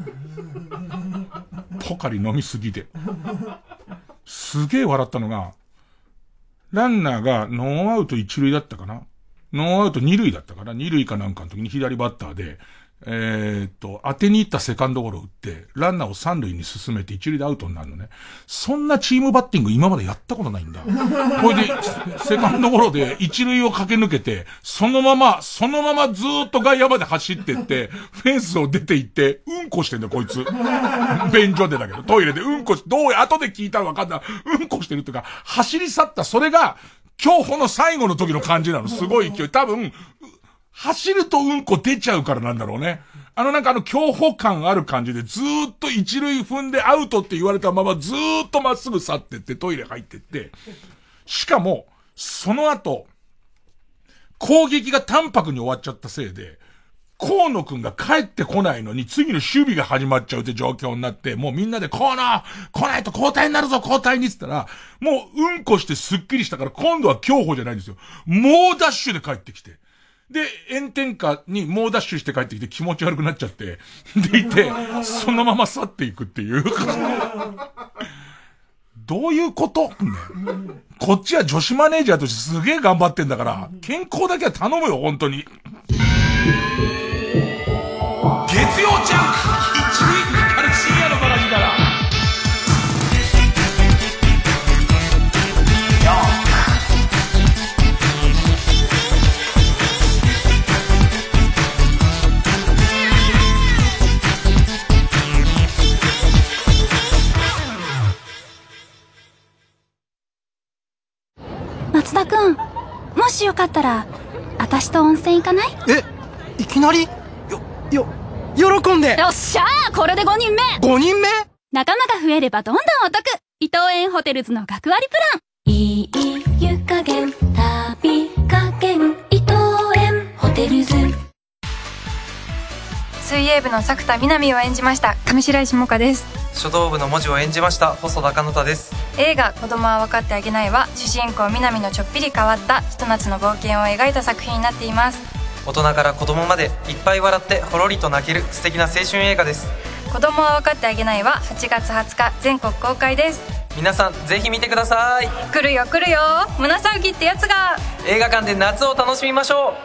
ポカリ飲みすぎで。すげえ笑ったのが、ランナーがノーアウト一塁だったかな。ノーアウト二塁だったから、二塁かなんかの時に左バッターで、えー、っと、当てに行ったセカンドゴロを打って、ランナーを三塁に進めて一塁でアウトになるのね。そんなチームバッティング今までやったことないんだ。これで、セカンドゴロで一塁を駆け抜けて、そのまま、そのままずーっと外野まで走ってって、フェンスを出て行って、うんこしてんだよ、こいつ。便所でだけど、トイレでうんこし、どうや、後で聞いたらわかんない。うんこしてるっていうか、走り去った、それが、競歩の最後の時の感じなの。すごい勢い。多分、走るとうんこ出ちゃうからなんだろうね。あのなんかあの競歩感ある感じでずーっと一塁踏んでアウトって言われたままずーっとまっすぐ去ってってトイレ入ってって。しかも、その後、攻撃が淡白に終わっちゃったせいで、河野くんが帰ってこないのに次の守備が始まっちゃうって状況になって、もうみんなで河野来ないと交代になるぞ交代にって言ったら、もううんこしてスッキリしたから今度は競歩じゃないんですよ。猛ダッシュで帰ってきて。で、炎天下に猛ダッシュして帰ってきて気持ち悪くなっちゃって、でいて、そのまま去っていくっていう。どういうこと、ね、こっちは女子マネージャーとしてすげえ頑張ってんだから、健康だけは頼むよ、本当に。月曜ジャンク一塁軽く深夜のバラジから。 松田くん、もしよかったら私と温泉行かない？ え、いきなり？よ、よ、喜んで。 よっしゃー、これでごにんめ。 ごにんめ？ 仲間が増えればどんどんお得。伊東園ホテルズの学割プラン。いい湯加減、旅加減、伊東園ホテルズ。 水泳部の作田みなみを演じました上白石萌歌です。 書道部の文字を演じました細田かなたです。 映画子供は分かってあげないは主人公みなみのちょっぴり変わったひと夏の冒険を描いた作品になっています。 大人から子供までいっぱい笑ってほろりと泣ける素敵な青春映画です。 子供は分かってあげないははちがつはつか全国公開です。 皆さんぜひ見てください。 来るよ来るよ、胸騒ぎってやつが。 映画館で夏を楽しみましょ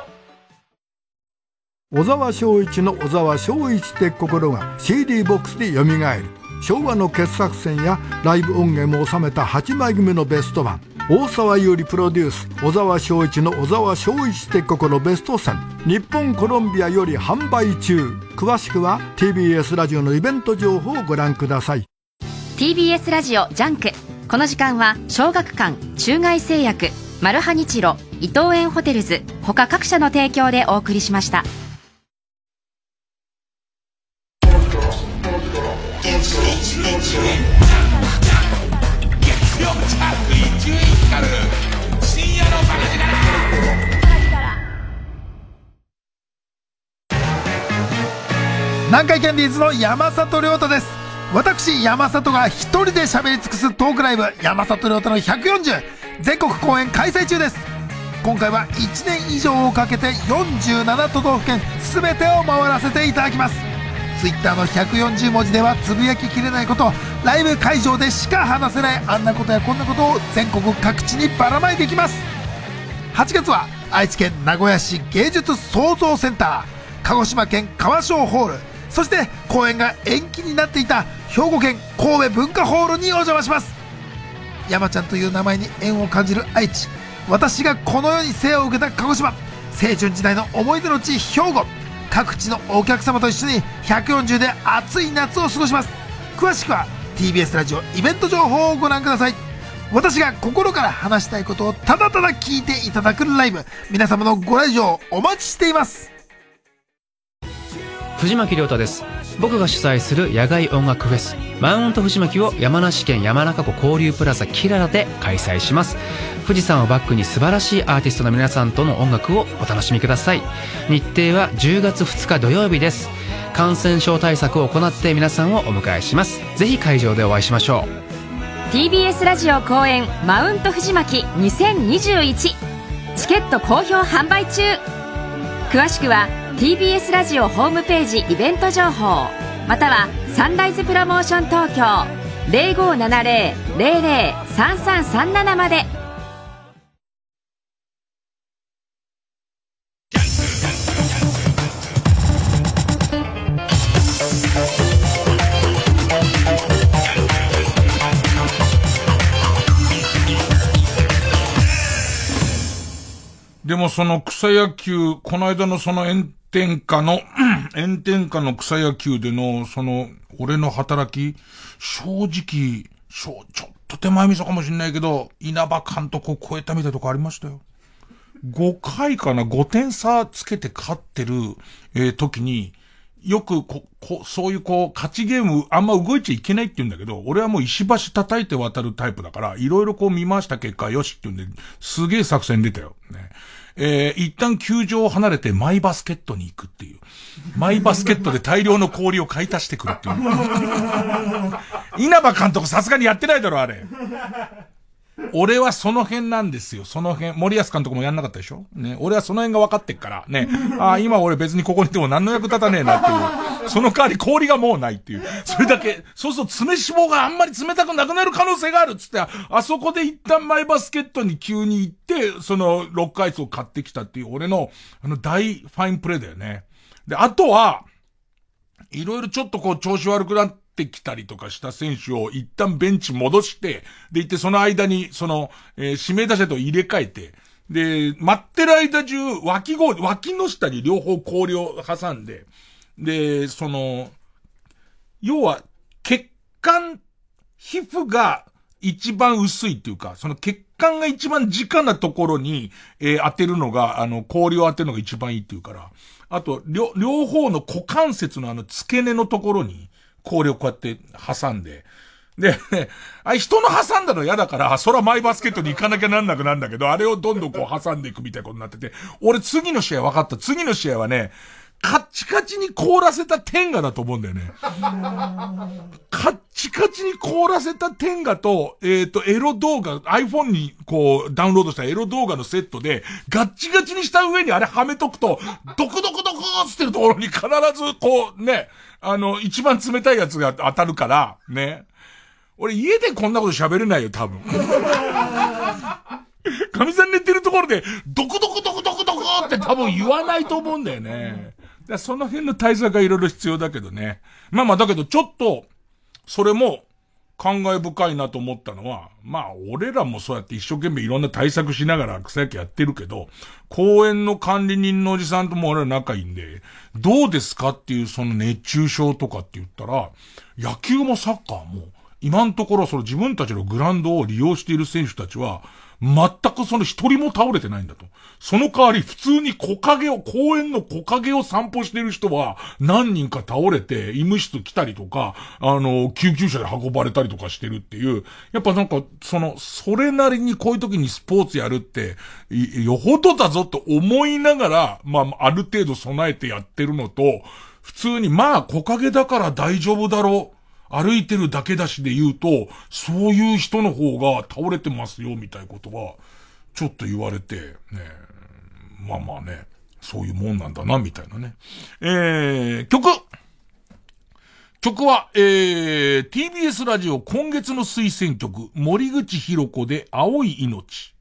う。小沢昭一の小沢昭一って心が シーディー ボックスでよみがえる。昭和の傑作選やライブ音源も収めたはちまい組のベスト版。大沢優里プロデュース小沢昭一の小沢昭一って心ベスト戦、日本コロンビアより販売中。詳しくは ティービーエス ラジオのイベント情報をご覧ください。 ティービーエス ラジオジャンク。この時間は小学館、中外製薬、 マルハニチロ、伊東園ホテルズ他各社の提供でお送りしました。 南海キャンディーズの山里亮太です。私山里が一人で喋り尽くすトークライブ、山里亮太のひゃくよんじゅう全国公演開催中です。今回はいちねん以上をかけてよんじゅうなな都道府県全てを回らせていただきます。ツイッターのひゃくよんじゅう文字ではつぶやききれないこと、ライブ会場でしか話せないあんなことやこんなことを全国各地にばらまいていきます。はちがつは愛知県名古屋市芸術創造センター、鹿児島県川商ホール、そして公演が延期になっていた兵庫県神戸文化ホールにお邪魔します。山ちゃんという名前に縁を感じる愛知、私がこの世に生を受けた鹿児島、青春時代の思い出の地兵庫、各地のお客様と一緒にひゃくよんじゅうで暑い夏を過ごします。詳しくは ティービーエス ラジオイベント情報をご覧ください。私が心から話したいことをただただ聞いていただくライブ、皆様のご来場お待ちしています。 藤巻亮太です。僕が主催する野外音楽フェスマウント藤巻を山梨県山中湖交流プラザキララで開催します。富士山をバックに素晴らしいアーティストの皆さんとの音楽をお楽しみください。日程はじゅうがつふつか土曜日です。感染症対策を行って皆さんをお迎えします。ぜひ会場でお会いしましょう。 ティービーエス ラジオ公演マウント藤巻にせんにじゅういち、チケット好評販売中。詳しくは ティービーエス ラジオホームページイベント情報、またはサンライズプロモーション東京 ゼロごーななゼロ ゼロゼロ さんさんさんなな まで。 でもその草野球、この間のその炎天下の、炎天下の草野球での、その、俺の働き、正直、ちょっと手前味噌かもしんないけど、稲葉監督を超えたみたいなとこありましたよ。ごかいかな、ごてん差つけて勝ってる、えー、時に、よくこ、こ、そういうこう、勝ちゲームあんま動いちゃいけないって言うんだけど、俺はもう石橋叩いて渡るタイプだから、いろいろこう見回した結果、よしって言うんで、すげえ作戦出たよ。ね。えー、一旦球場を離れてマイバスケットに行くっていう。マイバスケットで大量の氷を買い足してくるっていう。稲葉監督さすがにやってないだろ、あれ。俺はその辺なんですよ、その辺。森保監督もやんなかったでしょね。俺はその辺が分かってっから、ね。ああ、今俺別にここにいても何の役立たねえなっていう。その代わり氷がもうないっていう。それだけ、そうすると詰め脂肪があんまり冷たくなくなる可能性があるっつって、あそこで一旦マイバスケットに急に行って、そのロックアイスを買ってきたっていう俺の、あの大ファインプレーだよね。で、あとは、いろいろちょっとこう調子悪くなって、きたりとかした選手を一旦ベンチ戻して、で、行ってその間に、その、えー、指名打者と入れ替えて、で、待ってる間中、脇氷、脇の下に両方氷を挟んで、で、その、要は、血管、皮膚が一番薄いっていうか、その血管が一番直なところに、えー、当てるのが、あの、氷を当てるのが一番いいっていうから、あと、両、両方の股関節のあの付け根のところに、氷をこうやって挟んで。で、ね、あれ人の挟んだの嫌だから、そらマイバスケットに行かなきゃなんなくなんだけど、あれをどんどんこう挟んでいくみたいなことになってて、俺次の試合分かった。次の試合はね、カッチカチに凍らせた天下だと思うんだよね。カッチカチに凍らせた天下と、えっと、エロ動画、iPhone にこうダウンロードしたエロ動画のセットで、ガッチガチにした上にあれはめとくと、ドクドクドクーってるところに必ずこうね、あの、一番冷たいやつが当たるから、ね。俺家でこんなこと喋れないよ、多分。神さん寝てるところで、ドクドクドクドクドクって多分言わないと思うんだよね。だその辺の対策がいろいろ必要だけどね。まあまあだけどちょっと、それも感慨深いなと思ったのは、まあ俺らもそうやって一生懸命いろんな対策しながら草野球やってるけど、公園の管理人のおじさんとも俺ら仲いいんで、どうですかっていうその熱中症とかって言ったら、野球もサッカーも今のところその自分たちのグラウンドを利用している選手たちは、全くその一人も倒れてないんだと。その代わり普通に木陰を、公園の木陰を散歩している人は何人か倒れて、医務室来たりとか、あの、救急車で運ばれたりとかしてるっていう、やっぱなんか、その、それなりにこういう時にスポーツやるって、よほどだぞと思いながら、まあ、ある程度備えてやってるのと、普通にまあ、木陰だから大丈夫だろう。歩いてるだけだしで言うと、そういう人の方が倒れてますよ、みたいなことは、ちょっと言われて、ね、まあまあね、そういうもんなんだな、みたいなね。えー、曲曲は、えー、ティービーエス ラジオ今月の推薦曲、森口博子で青い命。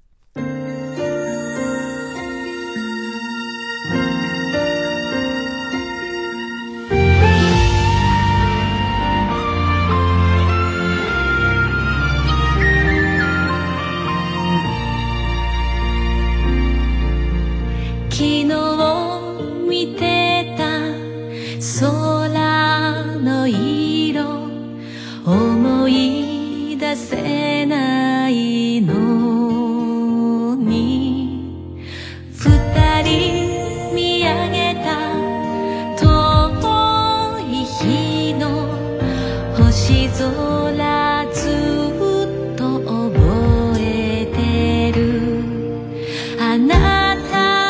昨日見てた空の色思い出せないのに二人見上げた遠い日の星空ずっと覚えてるあなた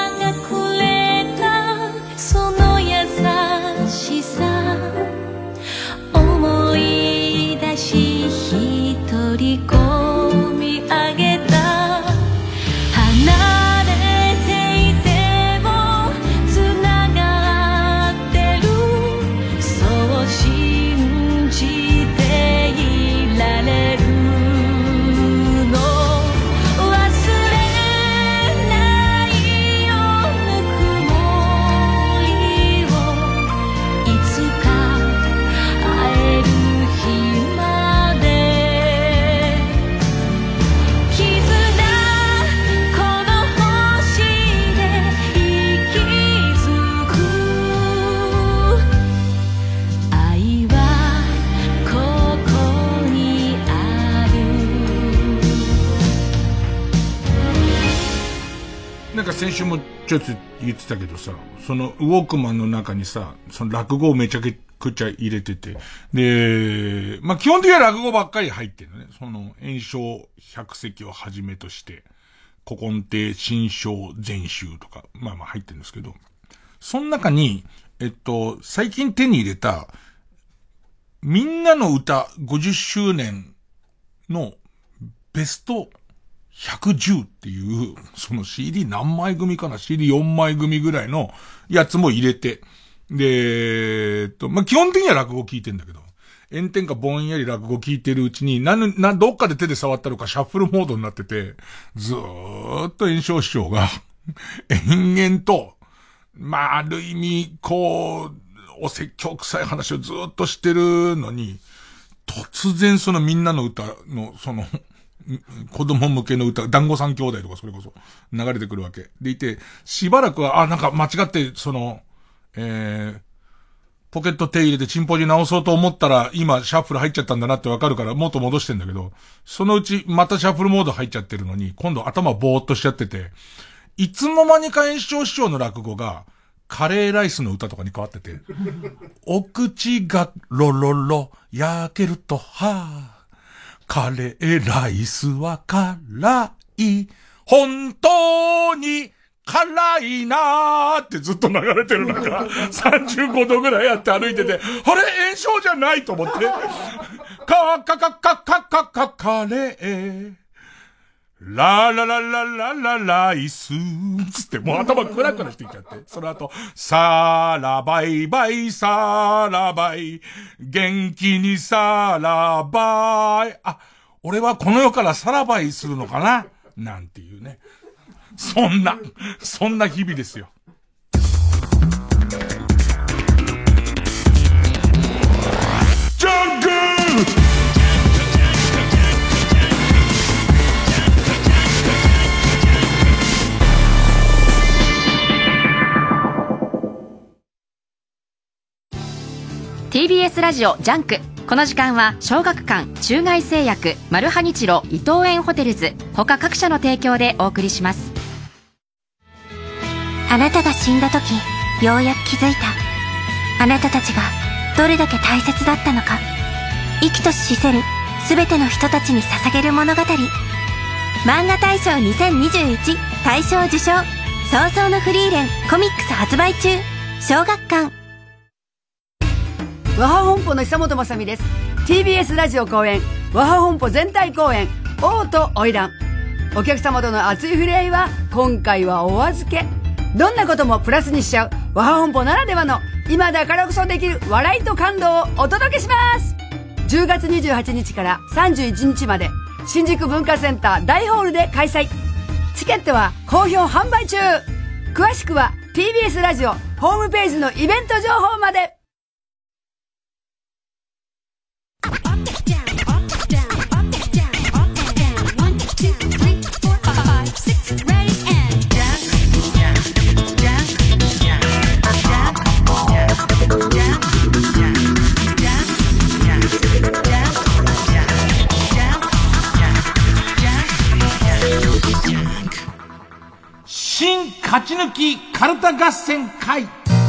先週もちょっと言ってたけどさ、そのウォークマンの中にさ、その落語をめちゃくちゃ入れてて、で、まあ、基本的には落語ばっかり入ってるのね。その、演唱百席をはじめとして、古今亭新章全集とか、まあまあ入ってるんですけど、その中に、えっと、最近手に入れた、みんなの歌ごじゅっしゅうねんのベストひゃくじゅうっていう、その シーディー 何枚組かな ?シーディーよん 枚組ぐらいのやつも入れて。で、えっと、まあ、基本的には落語聞いてんだけど、炎天下ぼんやり落語聞いてるうちに、な、な、どっかで手で触ったのかシャッフルモードになってて、ずーっと炎章師匠が、延々と、まあ、ある意味、こう、お説教臭い話をずーっとしてるのに、突然そのみんなの歌の、その、子供向けの歌、団子三兄弟とかそれこそ流れてくるわけ。でいて、しばらくは、あ、なんか間違って、その、えー、ポケット手入れてチンポジ直そうと思ったら、今シャッフル入っちゃったんだなってわかるから、もっと戻してんだけど、そのうちまたシャッフルモード入っちゃってるのに、今度頭ぼーっとしちゃってて、いつの間にか炎章師匠の落語が、カレーライスの歌とかに変わってて、お口がロロロ、焼けると、はぁ、カレーライスは辛い。本当に辛いなーってずっと流れてる中、さんじゅうごどぐらいやって歩いてて、あれ炎症じゃないと思って。カカカカカカカカレー。ララララララライスつってもう頭クラクラしてきちゃって。その後、さらばいばいさらばい。元気にさらばい。あ、俺はこの世からさらばいするのかななんていうね。そんな、そんな日々ですよ。ジャングルティービーエス ラジオジャンク。 この時間は小学館、中外製薬、マルハニチロ、伊東園ホテルズ他各社の提供でお送りします。 あなたが死んだ時、ようやく気づいた。あなたたちがどれだけ大切だったのか。生きとし死せる全ての人たちに捧げる物語。漫画大賞にせんにじゅういち大賞受賞。早々のフリーレンコミックス発売中。小学館。 和ハ本舗の久本雅美です。 ティービーエス ラジオ公演和ハ本舗全体公演王と花魁。お客様との熱い触れ合いは今回はお預け。どんなこともプラスにしちゃう和ハ本舗ならではの今だからこそできる笑いと感動をお届けします。じゅうがつにじゅうはちにちからさんじゅういちにちまで新宿文化センター大ホールで開催。チケットは好評販売中。詳しくは ティービーエス ラジオホームページのイベント情報まで。 新勝ち抜きカルタ合戦会。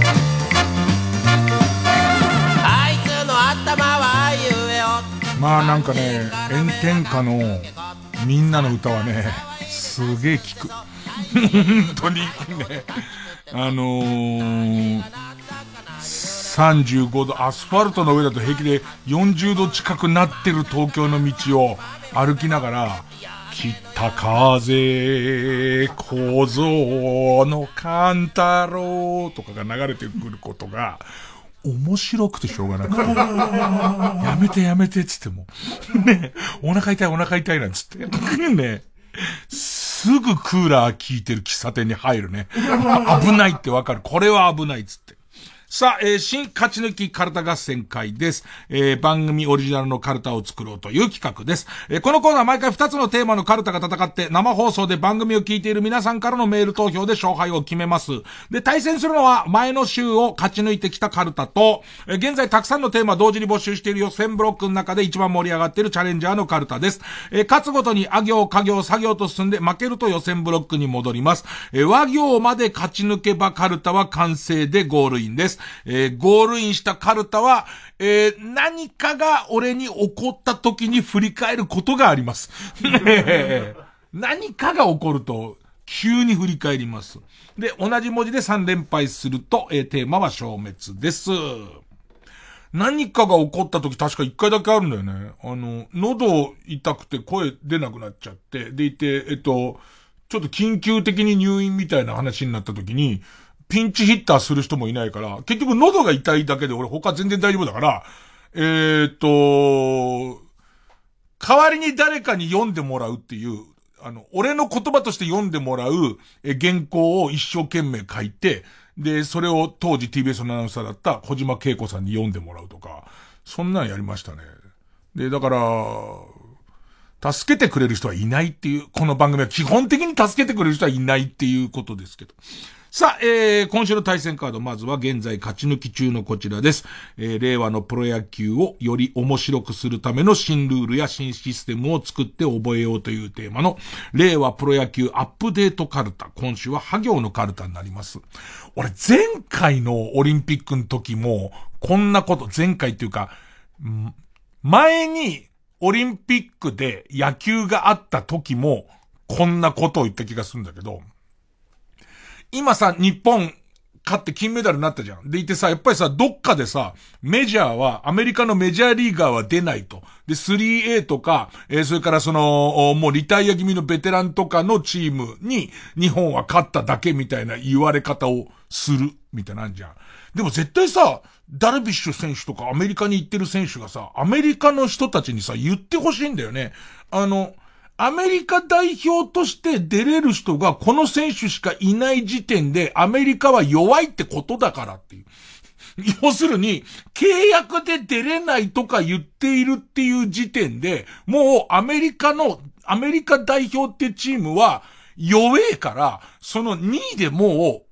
あいつの頭は言えよ。 まあなんかね、炎天下のみんなの歌はね、すげえ聞く。本当にね、あのー、さんじゅうごど、アスファルトの上だと平気でよんじゅうど近くなってる東京の道を歩きながら、北風小僧の勘太郎とかが流れてくることが面白くてしょうがなくて、やめてやめてっつってもね、お腹痛いお腹痛いなんつってね、すぐクーラー効いてる喫茶店に入るね。危ないってわかる。これは危ないっつって。さあ、えー、新勝ち抜きカルタ合戦会です。えー、番組オリジナルのカルタを作ろうという企画です。えー、このコーナーは毎回ふたつのテーマのカルタが戦って生放送で番組を聞いている皆さんからのメール投票で勝敗を決めます。で、対戦するのは前の週を勝ち抜いてきたカルタと、えー、現在たくさんのテーマ同時に募集している予選ブロックの中で一番盛り上がっているチャレンジャーのカルタです。えー、勝つごとにあ行、家行、作業と進んで負けると予選ブロックに戻ります。えー、和行まで勝ち抜けばカルタは完成でゴールインです。えー、ゴールインしたカルタは、えー、何かが俺に起こった時に振り返ることがあります。何かが起こると、急に振り返ります。で、同じ文字でさん連敗すると、えー、テーマは消滅です。何かが起こった時確か一回だけあるんだよね。あの、喉痛くて声出なくなっちゃって、でいて、えっと、ちょっと緊急的に入院みたいな話になった時に、ピンチヒッターする人もいないから、結局喉が痛いだけで俺他全然大丈夫だから、えーっと、代わりに誰かに読んでもらうっていう、あの、俺の言葉として読んでもらうえ原稿を一生懸命書いて、で、それを当時 ティービーエス のアナウンサーだった小島恵子さんに読んでもらうとか、そんなんやりましたね。で、だから、助けてくれる人はいないっていう、この番組は基本的に助けてくれる人はいないっていうことですけど。さあ、えー、今週の対戦カード、まずは現在勝ち抜き中のこちらです。えー、令和のプロ野球をより面白くするための新ルールや新システムを作って覚えようというテーマの、令和プロ野球アップデートカルタ。今週は破行のカルタになります。俺、前回のオリンピックの時も、こんなこと、前回っていうか、前にオリンピックで野球があった時も、こんなことを言った気がするんだけど、今さ、日本勝って金メダルになったじゃん。でいてさ、やっぱりさ、どっかでさ、メジャーは、アメリカのメジャーリーガーは出ないと。で、スリーエー とか、えー、それからその、もうリタイア気味のベテランとかのチームに、日本は勝っただけみたいな言われ方をする、みたいなんじゃん。でも絶対さ、ダルビッシュ選手とかアメリカに行ってる選手がさ、アメリカの人たちにさ、言ってほしいんだよね。あの、アメリカ代表として出れる人がこの選手しかいない時点でアメリカは弱いってことだからっていう。要するに、契約で出れないとか言っているっていう時点で、もうアメリカの、アメリカ代表ってチームは弱えから、そのにいでもう、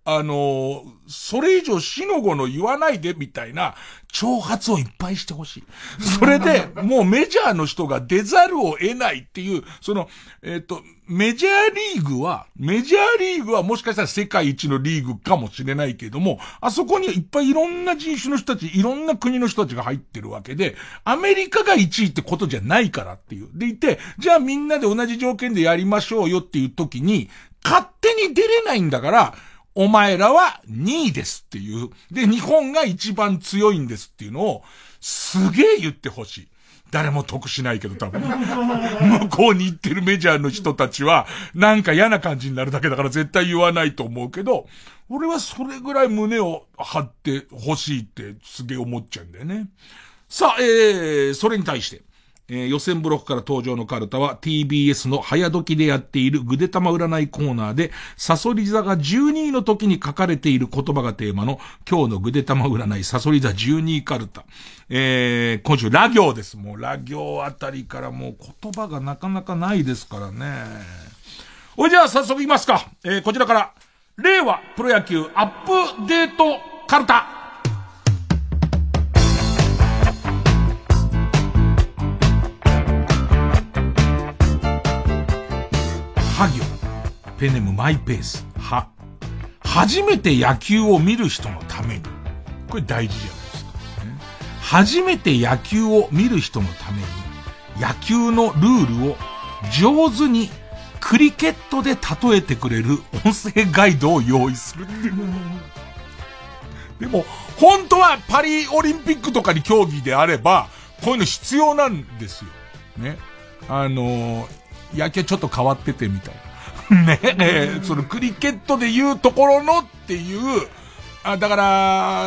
あの、それ以上死の後の言わないでみたいな挑発をいっぱいしてほしい。それで、もうメジャーの人が出ざるを得ないっていう、その、えっと、メジャーリーグは、メジャーリーグはもしかしたら世界一のリーグかもしれないけれども、あそこにはいっぱいいろんな人種の人たち、いろんな国の人たちが入ってるわけで、アメリカがいちいってことじゃないからっていう。でいて、じゃあみんなで同じ条件でやりましょうよっていう時に、勝手に出れないんだから、お前らはにいですっていう。で、日本が一番強いんですっていうのを、すげえ言ってほしい。誰も得しないけど多分。向こうに行ってるメジャーの人たちは、なんか嫌な感じになるだけだから絶対言わないと思うけど、俺はそれぐらい胸を張ってほしいってすげえ思っちゃうんだよね。さあ、えー、それに対して。えー、予選ブロックから登場のカルタは ティービーエス の早時でやっているぐでたま占いコーナーで、サソリ座がじゅうにいの時に書かれている言葉がテーマの今日のぐでたま占いサソリ座じゅうにいカルタ。えー、今週ラ行です。もうラ行あたりからもう言葉がなかなかないですからね。おいじゃあ早速言いますか。えー、こちらから、令和プロ野球アップデートカルタ。は行。ペンネームマイペース。は。初めて野球を見る人のために。これ大事じゃないですか。初めて野球を見る人のために、野球のルールを上手にクリケットで例えてくれる音声ガイドを用意するっていう。でも、本当はパリオリンピックとかに競技であれば、こういうの必要なんですよ。ね。あのー、野球ちょっと変わっててみたいな。ねえ、そのクリケットで言うところのっていう、あ、だから、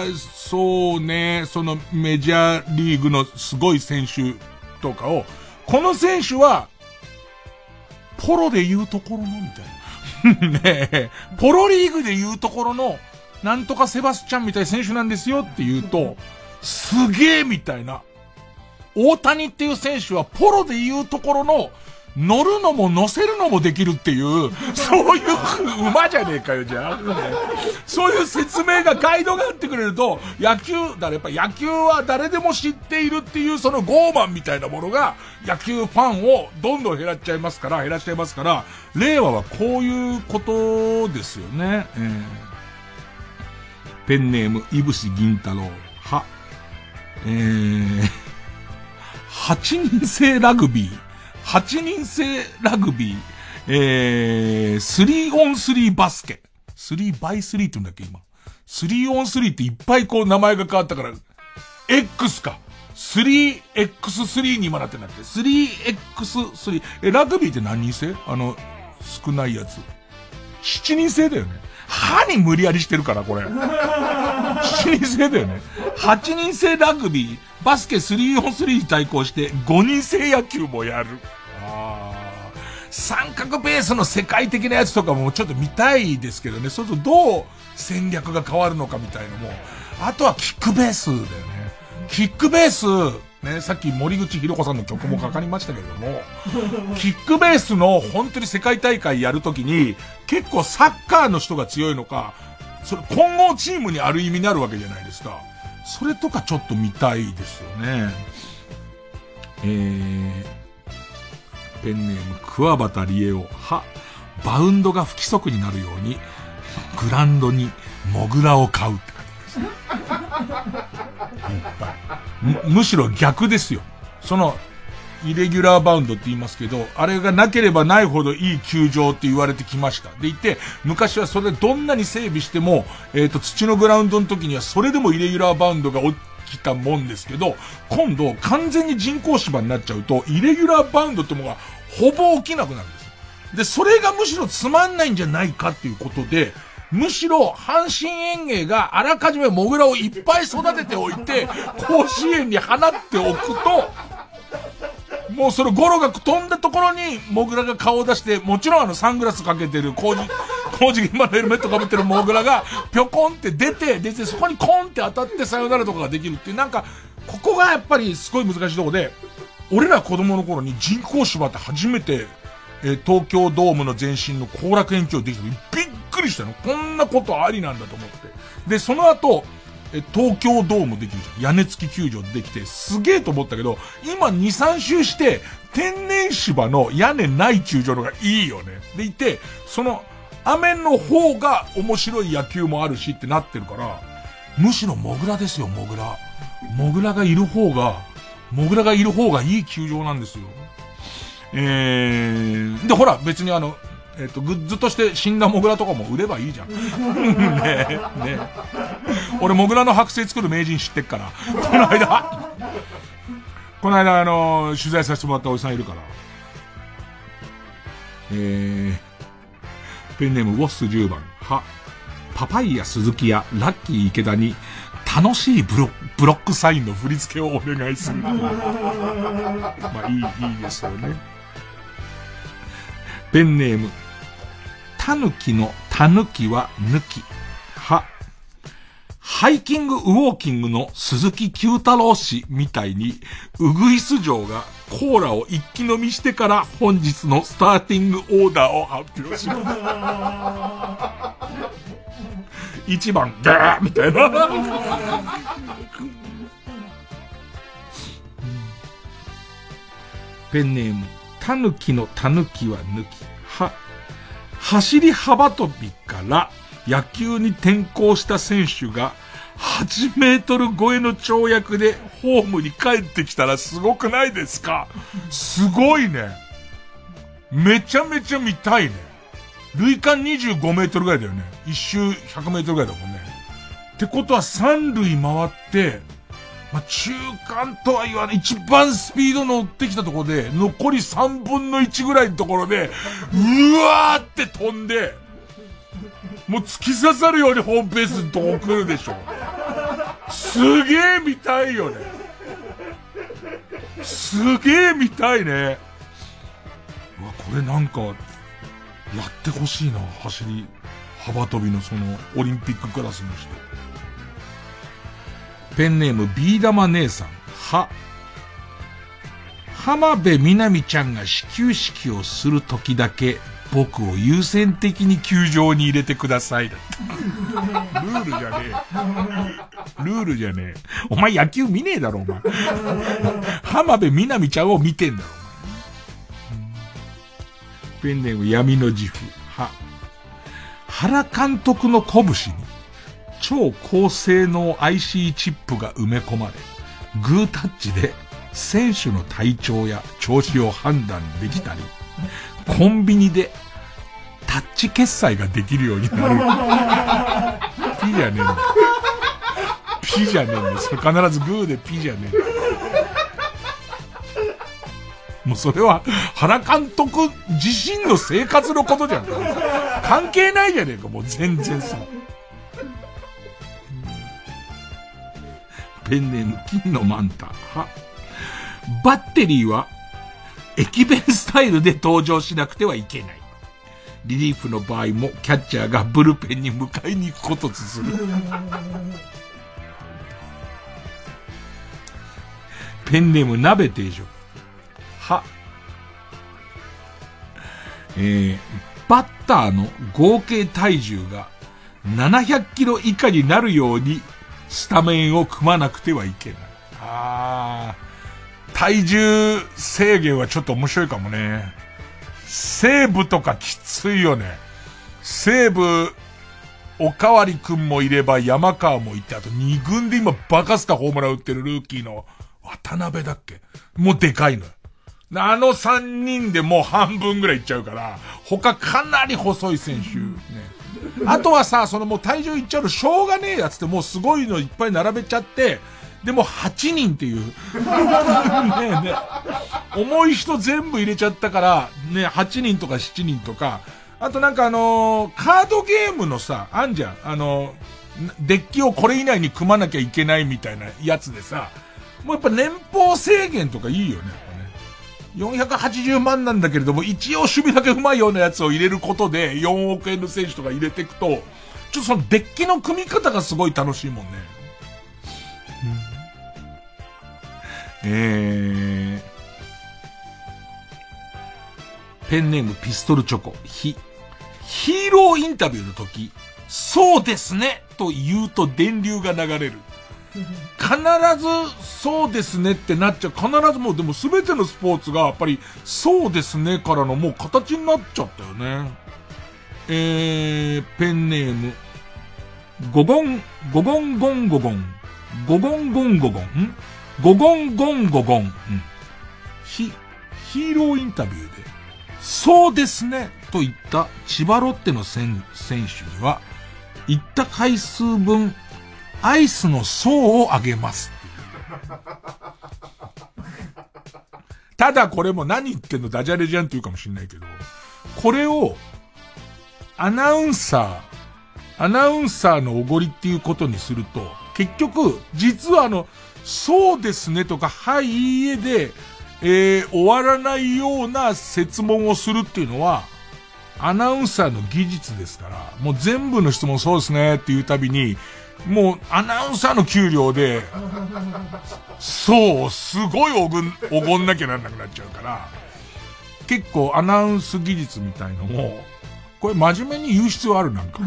そうね、そのメジャーリーグのすごい選手とかを、この選手は、ポロで言うところのみたいな。ねえ、ポロリーグで言うところの、なんとかセバスチャンみたいな選手なんですよって言うと、すげえみたいな。大谷っていう選手はポロで言うところの、乗るのも乗せるのもできるっていう、そういう馬じゃねえかよ、じゃあ。そういう説明がガイドがあってくれると、野球、だからやっぱ野球は誰でも知っているっていうその傲慢みたいなものが、野球ファンをどんどん減らっちゃいますから、減らしちゃいますから、令和はこういうことですよね。えー、ペンネーム、いぶし銀太郎。は、えー、はちにん制ラグビー。はちにん制ラグビー、えー、スリーオンスリーバスケ。スリーバイスリーって言うんだっけ、今。スリーオンスリーっていっぱいこう名前が変わったから、X か。スリーエックススリー に今なってなくて、スリーエックススリー。え、ラグビーって何人制？あの、少ないやつ。しちにん制だよね。歯に無理やりしてるから、これ。しちにん制だよね。はちにん制ラグビー、バスケ スリーオンスリー に対抗してごにん制野球もやる。ああ。三角ベースの世界的なやつとかもちょっと見たいですけどね。そうするとどう戦略が変わるのかみたいのも。あとはキックベースだよね。キックベース、ね、さっき森口博子さんの曲もかかりましたけれども、キックベースの本当に世界大会やるときに、結構サッカーの人が強いのか、それ混合チームにある意味になるわけじゃないですか。それとかちょっと見たいですよね。えー、ペンネーム、桑畑理恵を、は、バウンドが不規則になるように、グラウンドにモグラを飼うって書いてます。む、むしろ逆ですよ。その、イレギュラーバウンドって言いますけど、あれがなければないほどいい球場って言われてきました。でいて、昔はそれどんなに整備しても、えっと、土のグラウンドの時にはそれでもイレギュラーバウンドが起きたもんですけど、今度完全に人工芝になっちゃうと、イレギュラーバウンドってものがほぼ起きなくなるんです。で、それがむしろつまんないんじゃないかっていうことで、むしろ阪神園芸があらかじめモグラをいっぱい育てておいて、甲子園に放っておくと、もうそれゴロが飛んだところにモグラが顔を出して、もちろんあのサングラスかけてる工事、工事現場のヘルメットかぶってるモグラがぴょこんって出て、出てそこにコンって当たってさよならとかができるっていう、なんか、ここがやっぱりすごい難しいところで、俺ら子供の頃に人工芝って初めて、えー、東京ドームの前身の後楽園球場できた時、びっくりしたの。こんなことありなんだと思って。で、その後、え、東京ドームできるじゃん。屋根付き球場できて、すげえと思ったけど、今に、さん周して、天然芝の屋根ない球場のがいいよね。でいて、その、雨の方が面白い野球もあるしってなってるから、むしろモグラですよ、モグラ。モグラがいる方が、モグラがいる方がいい球場なんですよ。えー、で、ほら、別にあの、えっと、グッズとして死んだモグラとかも売ればいいじゃん。ねえ、ねえ。俺、モグラの剥製作る名人知ってっから。この間、この間、あの、取材させてもらったおじさんいるから。えー、ペンネームウォッスじゅうばん。は、パパイヤ鈴木やラッキー池田に、楽しいブロ、ブロックサインの振り付けをお願いする。まあ、いい、いいですよね。ペンネーム、タヌキのタヌキは抜き。は、ハイキングウォーキングの鈴木九太郎氏みたいに、ウグイス嬢がコーラを一気飲みしてから本日のスターティングオーダーを発表します。一番、ガーみたいな。ペンネーム、タヌキのタヌキは抜き。は、走り幅跳びから野球に転向した選手がはちメートル超えの跳躍でホームに帰ってきたらすごくないですか？すごいね。めちゃめちゃ見たいね。塁間にじゅうごメートルぐらいだよね。一周ひゃくメートルぐらいだもんね。ってことは三塁回って、まあ、中間とは言わない、一番スピード乗ってきたところで、残りさんぶんのいちぐらいのところで、うわーって飛んで、もう突き刺さるようにホームペースにとこ来るでしょ。すげー見たいよね。すげー見たいね。うわ、これなんか、やってほしいな、走り、幅跳びのその、オリンピッククラスの人。ペンネームビー玉姉さん。は、浜辺美波ちゃんが始球式をするときだけ僕を優先的に球場に入れてください。ルールじゃねえ。ルールじゃねえ。お前野球見ねえだろ、お前。浜辺美波ちゃんを見てんだろ、お前。ペンネーム闇の自負。は、原監督の拳に超高性能 アイシー チップが埋め込まれ、グータッチで選手の体調や調子を判断できたり、コンビニでタッチ決済ができるようになる。ピじゃねえの。ピじゃねえの。それ必ずグーでピじゃねえの。もうそれは原監督自身の生活のことじゃん。関係ないじゃねえか、もう全然さ。ペンネーム金のマンタ。は、バッテリーは駅弁スタイルで登場しなくてはいけない。リリーフの場合もキャッチャーがブルペンに迎えに行くこととする。ペンネーム鍋定食。は、えー、バッターの合計体重がななひゃくキロ以下になるようにスタメンを組まなくてはいけない。あー、体重制限はちょっと面白いかもね。西武とかきついよね。西武、おかわりくんもいれば山川もいて、あとに軍で今バカスカホームラン打ってるルーキーの渡辺だっけ、もうでかいのよ。あのさんにんでもう半分ぐらいいっちゃうから、他かなり細い選手ね。あとはさ、そのもう体重いっちゃうのしょうがねえやつってもうすごいのいっぱい並べちゃって、でもはちにんっていう。ねえねえ。重い人全部入れちゃったから、ね、はちにんとかしちにんとか、あとなんかあのー、カードゲームのさ、あんじゃん。あのー、デッキをこれ以内に組まなきゃいけないみたいなやつでさ、もうやっぱ年俸制限とかいいよね。よんひゃくはちじゅうまんなんだけれども、一応守備だけうまいようなやつを入れることでよんおくえんの選手とか入れていくと、ちょっとそのデッキの組み方がすごい楽しいもんね。うん、えー、ペンネームピストルチョコ。ひ、 ヒーローインタビューの時、そうですねと言うと電流が流れる。必ずそうですねってなっちゃう。必ずもうでも全てのスポーツがやっぱりそうですねからのもう形になっちゃったよね。えー、ペンネーム、ゴゴン、ゴゴンゴンゴゴン、ゴゴンゴンゴゴン、んゴゴンゴンゴゴン、うん。ヒ、ヒーローインタビューで、そうですねと言った千葉ロッテの選手には、言った回数分、アイスの層をあげます。ただこれも何言ってんのダジャレじゃんって言うかもしんないけど、これを、アナウンサー、アナウンサーのおごりっていうことにすると、結局、実はあの、そうですねとか、はい、いいえで、えー、終わらないような設問をするっていうのは、アナウンサーの技術ですから、もう全部の質問そうですねっていうたびに、もうアナウンサーの給料で、そう、すごいおぐん、おごんなきゃなんなくなっちゃうから、結構アナウンス技術みたいのも、これ真面目に言う必要あるなんか。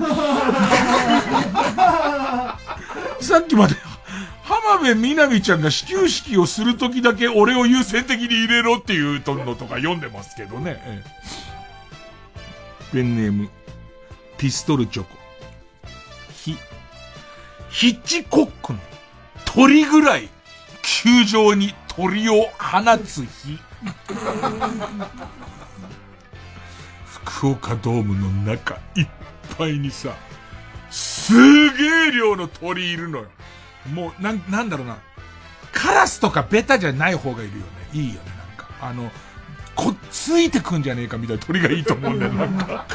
さっきまで、浜辺美波ちゃんが始球式をするときだけ俺を優先的に入れろっていうのとか読んでますけどね。ええ、ペンネーム、ピストルチョコ。ヒ、ヒッチコックの鳥ぐらい球場に鳥を放つ日。福岡ドームの中いっぱいにさ、すげえ量の鳥いるのよ。もう、なん、なんだろうな。カラスとかベタじゃない方がいるよね。いいよね、なんか。あの、こっついてくんじゃねえかみたいな鳥がいいと思うんだよ、なんか。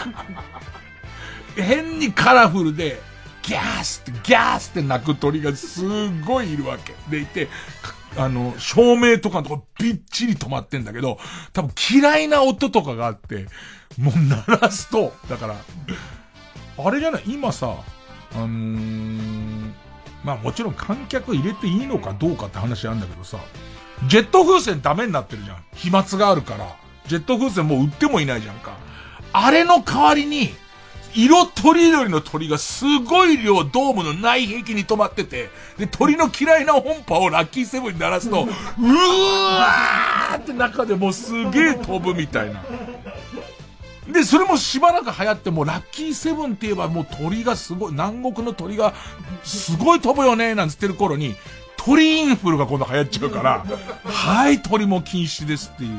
変にカラフルで、ギャースって、ギャースって鳴く鳥がすごいいるわけ。でいて、あの、照明とかのとこびっちり止まってんだけど、多分嫌いな音とかがあって、もう鳴らすと、だから、あれじゃない、今さ、あのー、まあもちろん観客入れていいのかどうかって話なんだけどさ、ジェット風船ダメになってるじゃん。飛沫があるから。ジェット風船もう売ってもいないじゃんか。あれの代わりに、色とりどりの鳥がすごい量ドームの内壁に止まってて、で、鳥の嫌いな音波をラッキーセブンに鳴らすと、うわーって中でもうすげー飛ぶみたいな。で、それもしばらく流行っても、ラッキーセブンって言えばもう鳥がすごい、南国の鳥がすごい飛ぶよね、なんつってる頃に、鳥インフルが今度流行っちゃうから、はい、鳥も禁止ですっていう。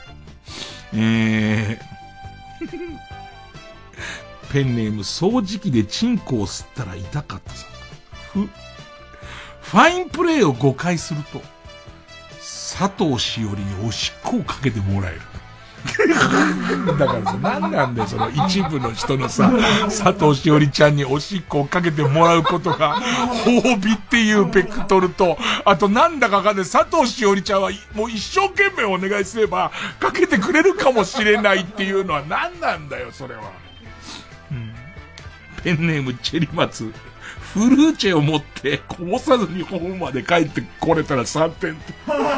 えー、ペンネーム、掃除機でチンコを吸ったら痛かったさ。ふ、ファインプレーをごかいすると、佐藤しおりにおしっこをかけてもらえる。だからさ、なんなんだよ、その一部の人のさ、佐藤しおりちゃんにおしっこをかけてもらうことが、褒美っていうベクトルと、あとなんだかわかんない、佐藤しおりちゃんはもう一生懸命お願いすれば、かけてくれるかもしれないっていうのは何なんだよ、それは。うん、ペンネームチェリマツ。フルーチェを持ってこぼさずにホームまで帰ってこれたらさんてんって。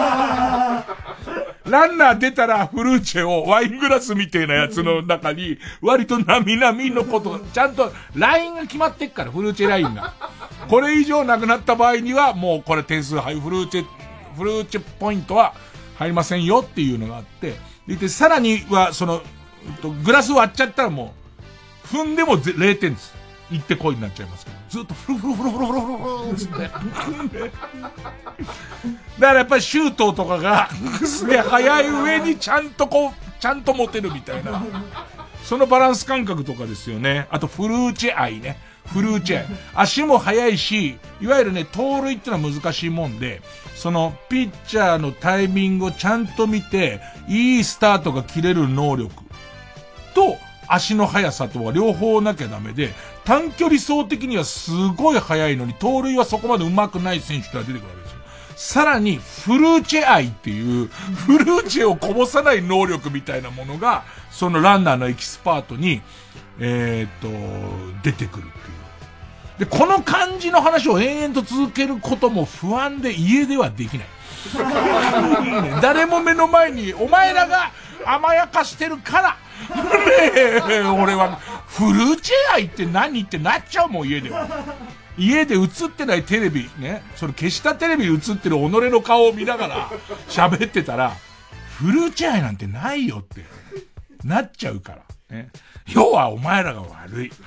ランナー出たらフルーチェをワイングラスみたいなやつの中に割となみなみのことちゃんとラインが決まってっから、フルーチェラインがこれ以上なくなった場合にはもうこれ点数入る、フルーチェフルーチェポイントは入りませんよっていうのがあって、でさらにはそのグラス割っちゃったらもう踏んでもれいてんです。行ってこいになっちゃいますけど、ずっとフルフルフルフルフルフルフルつって。だからやっぱりシュートとかがすげえ速い上にちゃんとこうちゃんと持てるみたいな、そのバランス感覚とかですよね。あとフルーチェ愛ね、フルーチェ足も速いし、いわゆるね盗塁ってのは難しいもんで、そのピッチャーのタイミングをちゃんと見ていいスタートが切れる能力と足の速さとは両方なきゃダメで、短距離走的にはすごい速いのに盗塁はそこまで上手くない選手が出てくるわけですよ。さらにフルーチェ愛っていうフルーチェをこぼさない能力みたいなものがそのランナーのエキスパートにえー、っと出てくるっていう。でこの感じの話を延々と続けることも不安で家ではできない。誰も目の前にお前らが甘やかしてるからねえ、俺はフルチェアイって何ってなっちゃうもん、家では。家で映ってないテレビ、ね。それ消したテレビに映ってる己の顔を見ながら喋ってたら、フルチェアイなんてないよって、なっちゃうから。ね。要はお前らが悪い。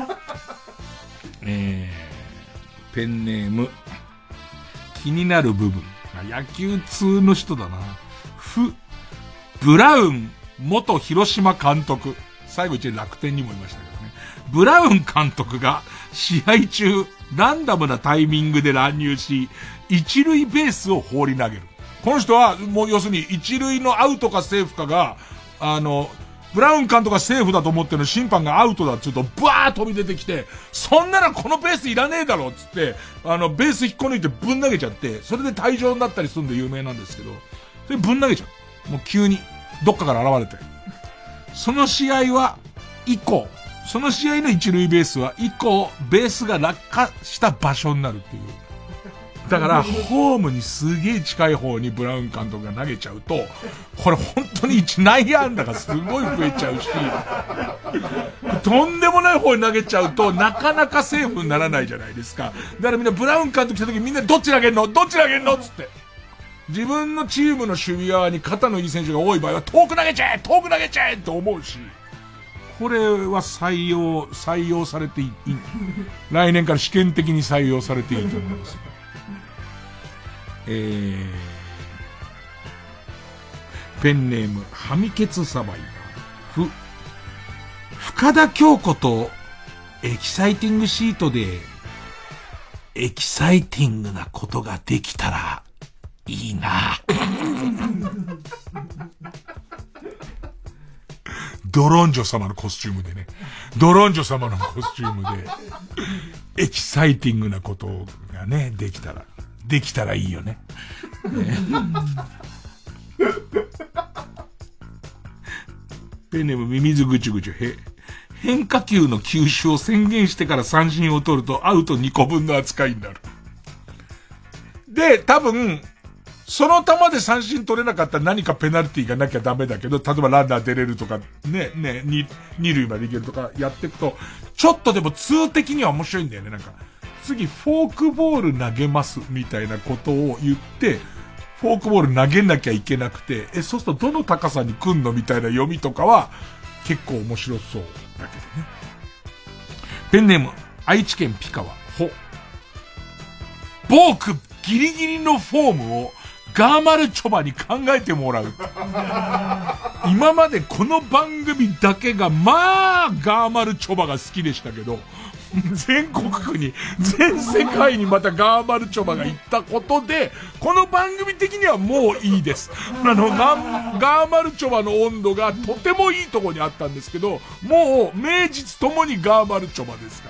えー、ペンネーム、気になる部分。野球通の人だな。ふ、ブラウン元広島監督。最後一応楽天にもいましたけどね。ブラウン監督が試合中ランダムなタイミングで乱入し、一塁ベースを放り投げる。この人はもう要するに一塁のアウトかセーフかが、あの、ブラウン監督がセーフだと思ってる審判がアウトだっつうと、ブワー飛び出てきて、そんならこのベースいらねえだろっつって、あの、ベース引っこ抜いてぶん投げちゃって、それで退場になったりするんで有名なんですけど、それぶん投げちゃう。もう急に、どっかから現れて。その試合は、以降、その試合の一塁ベースは、以降、ベースが落下した場所になるっていう。だから、ホームにすげえ近い方にブラウン監督が投げちゃうと、これ本当に一内野安打がすごい増えちゃうし、とんでもない方に投げちゃうと、なかなかセーフにならないじゃないですか。だからみんなブラウン監督来た時みんなどっち投げんのどっち投げんのつって。自分のチームの守備側に肩のいい選手が多い場合は、遠く投げちゃえ遠く投げちゃえって思うし、これは採用、採用されていい。来年から試験的に採用されていいと思います。えー、ペンネーム、はみけつサバイ。ふ、深田恭子とエキサイティングシートで、エキサイティングなことができたら、いいな。ドロンジョ様のコスチュームでね。ドロンジョ様のコスチュームで、エキサイティングなことがね、できたら。できたらいいよね。ねペンネームミミズぐちゅぐちゅ。へ、変化球の球種を宣言してから三振を取るとアウトにこぶんの扱いになる。で、多分、その球で三振取れなかったら何かペナルティーがなきゃダメだけど、例えばランナー出れるとか、ね、ね、に、二塁まで行けるとかやっていくと、ちょっとでも通的には面白いんだよね、なんか。次、フォークボール投げます、みたいなことを言って、フォークボール投げなきゃいけなくて、え、そうするとどの高さに来んのみたいな読みとかは、結構面白そうだけどね。ペンネーム、愛知県ピカワ、ほ。ボークギリギリのフォームを、ガーマルチョバに考えてもらう。今までこの番組だけが、まあ、ガーマルチョバが好きでしたけど、全国区に、全世界にまたガーマルチョバが行ったことで、この番組的にはもういいです。あの、ガーマルチョバの温度がとてもいいところにあったんですけど、もう名実ともにガーマルチョバですから。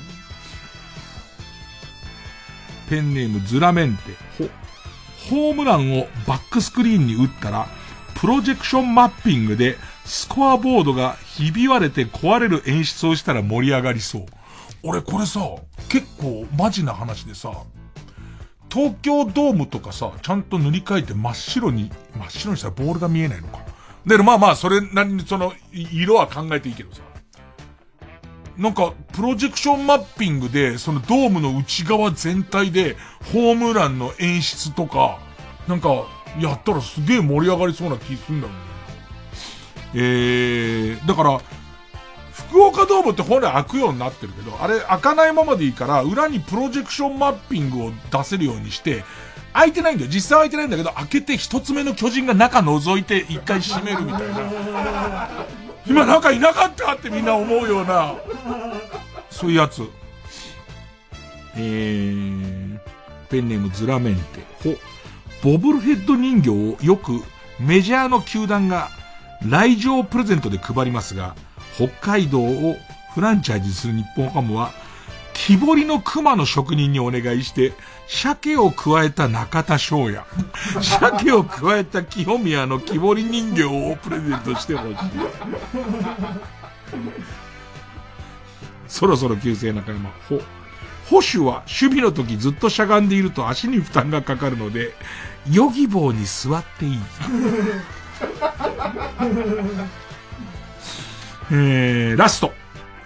ペンネームズラメンテ、ほ。ホームランをバックスクリーンに打ったら、プロジェクションマッピングでスコアボードがひび割れて壊れる演出をしたら盛り上がりそう。俺これさ、結構マジな話でさ、東京ドームとかさ、ちゃんと塗り替えて真っ白に、真っ白にしたらボールが見えないのか。で、まあまあ、それなりにその、色は考えていいけどさ。なんか、プロジェクションマッピングで、そのドームの内側全体で、ホームランの演出とか、なんか、やったらすげえ盛り上がりそうな気するんだろうね。えー、だから、福岡ドームって本来開くようになってるけど、あれ開かないままでいいから、裏にプロジェクションマッピングを出せるようにして、開いてないんだよ。実際開いてないんだけど、開けて一つ目の巨人が中覗いて一回閉めるみたいな。今なんかいなかったってみんな思うような、そういうやつ。えー、ペンネームズラメンテ。ほ、ボブルヘッド人形をよくメジャーの球団が来場プレゼントで配りますが、北海道をフランチャイズする日本ハムは、木彫りの熊の職人にお願いして、鮭を加えた中田翔也、鮭を加えた清宮の木彫り人形をプレゼントしてほしい。そろそろ旧姓中山。ほ、保守は守備の時ずっとしゃがんでいると足に負担がかかるので、ヨギボーに座っていい。えー、ラスト。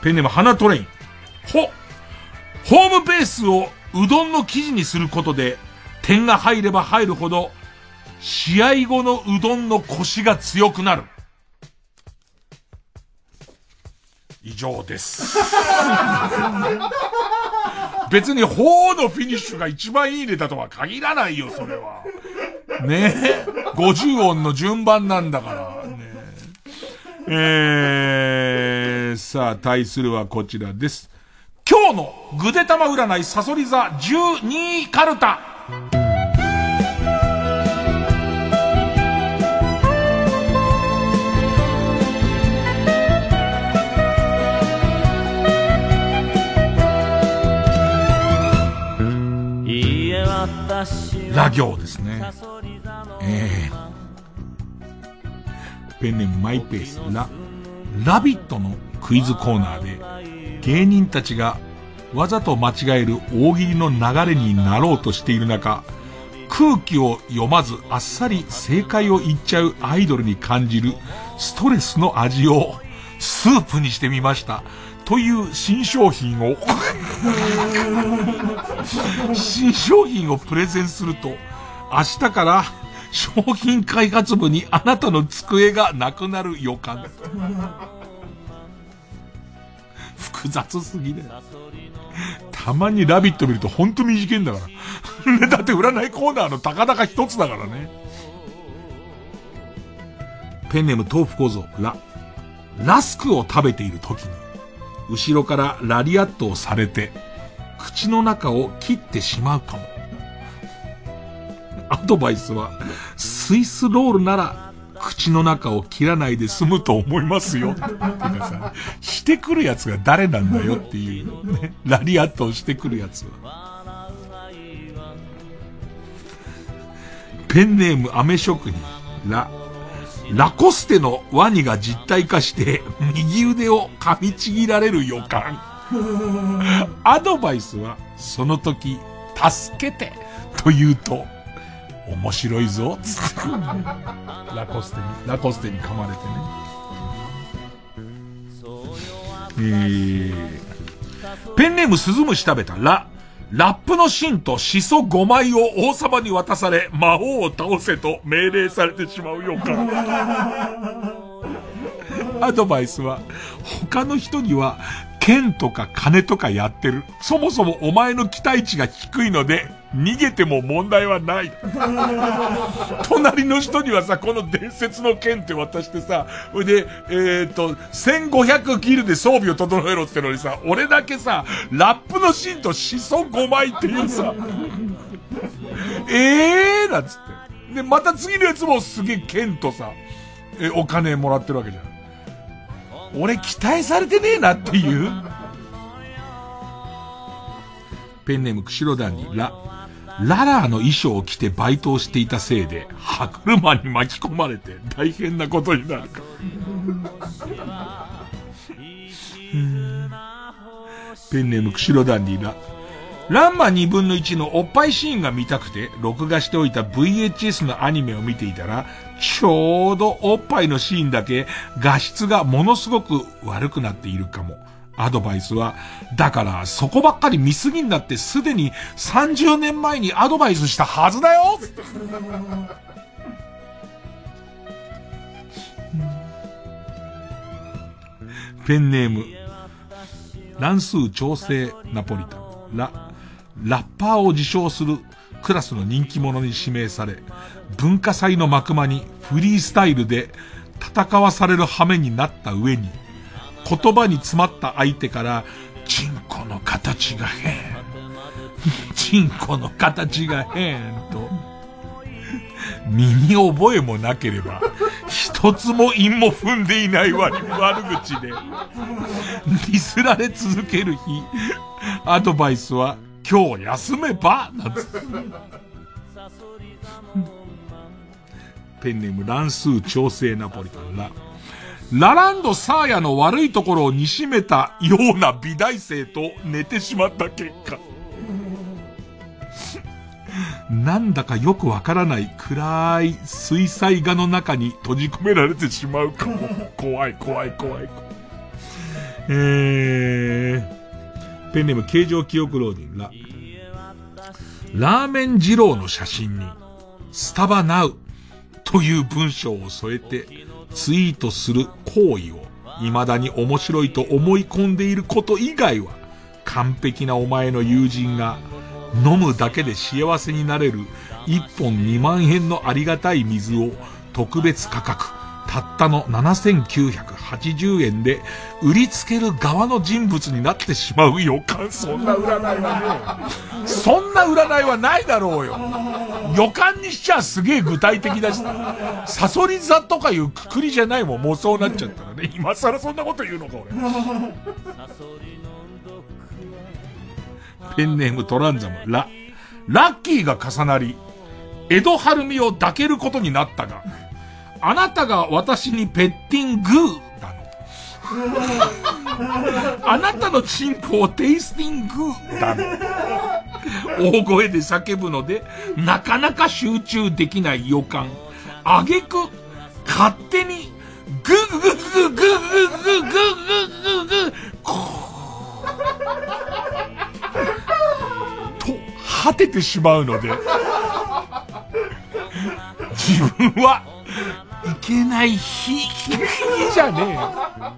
ペンネーム花トレイン。ほ、ホームベースをうどんの生地にすることで、点が入れば入るほど、試合後のうどんのコシが強くなる。以上です。別にほーのフィニッシュが一番いいネタとは限らないよ、それは。ねえ。ごじゅう音の順番なんだから。ねえー、さあ、対するはこちらです。今日のぐでたま占いサソリ座じゅうにカルタ。ラ行ですね。えー、ペンネームマイペース。ラ、ラビットのクイズコーナーで芸人たちがわざと間違える大喜利の流れになろうとしている中、空気を読まずあっさり正解を言っちゃうアイドルに感じるストレスの味をスープにしてみましたという新商品を新商品をプレゼンすると、明日から商品開発部にあなたの机がなくなる予感。複雑すぎね。たまにラビット見るとほんと短いんだからね。だって占いコーナーのたかだか一つだからね。ペンネーム豆腐小僧。ララスクを食べている時に後ろからラリアットをされて口の中を切ってしまうかも。アドバイスはスイスロールなら口の中を切らないで済むと思いますよ。ってかさ、してくるやつが誰なんだよっていう、ね、ラリアットをしてくるやつは。ペンネームアメ職人。ララコステのワニが実体化して右腕を噛みちぎられる予感。アドバイスはその時助けてと言うと面白いぞつってラコステにラコステに噛まれてね。えー、ペンネームスズムシ食べた。ララップの芯とシソごまいを王様に渡され魔王を倒せと命令されてしまう予感。アドバイスは他の人には剣とか金とかやってる。そもそもお前の期待値が低いので逃げても問題はない。隣の人にはさ、この伝説の剣って渡してさ、それで、えーと、せんごひゃくギルで装備を整えろってのにさ、俺だけさ、ラップの芯とシソごまいっていうさ、えーなんつって。で、また次のやつもすげえ剣とさ、え、お金もらってるわけじゃん。俺期待されてねえなっていう。ペンネーム釧路団にラララーの衣装を着てバイトをしていたせいで歯車に巻き込まれて大変なことになるか。ペンネーム釧路団にラランマにぶんのいちのおっぱいシーンが見たくて録画しておいた ブイエイチエス のアニメを見ていたら、ちょうどおっぱいのシーンだけ画質がものすごく悪くなっているかも。アドバイスは、だからそこばっかり見すぎになってすでにさんじゅうねんまえにアドバイスしたはずだよ。ペンネーム乱数調整ナポリタン。ララッパーを自称するクラスの人気者に指名され、文化祭の幕間にフリースタイルで戦わされる羽目になった上に、言葉に詰まった相手から、チンコの形が変。チンコの形が変と、身に覚えもなければ、一つも韻も踏んでいない悪口で、ディスられ続ける日、アドバイスは、今日休めばなんつって。ペンネーム乱数調整ナポリタン。ララランドサーヤの悪いところをにしめたような美大生と寝てしまった結果、なんだかよくわからない暗い水彩画の中に閉じ込められてしまうかも。怖い怖い怖い怖い。 えー、ペンネーム形状記憶老人ら。ラーメン二郎の写真に、スタバナウという文章を添えてツイートする行為を未だに面白いと思い込んでいること以外は、完璧なお前の友人が飲むだけで幸せになれるいっぽんにまんえんのありがたい水を特別価格たったのななせんきゅうひゃくはちじゅうえんで売りつける側の人物になってしまう予感。そんな占いはねそんな占いはないだろうよ。予感にしちゃすげえ具体的だし、サソリ座とかいうくくりじゃないもん。もうそうなっちゃったらね。今更そんなこと言うのか俺。ペンネームトランザムラ。ラッキーが重なり江戸晴美を抱けることになったが、あなたが私にペッティングーだの。あなたのチンポをテイスティングーだの。大声で叫ぶのでなかなか集中できない予感。あげく勝手にグーグーグーグーグーグーグーグーグーグーと果ててしまうので、自分はいけない日じゃねえよ。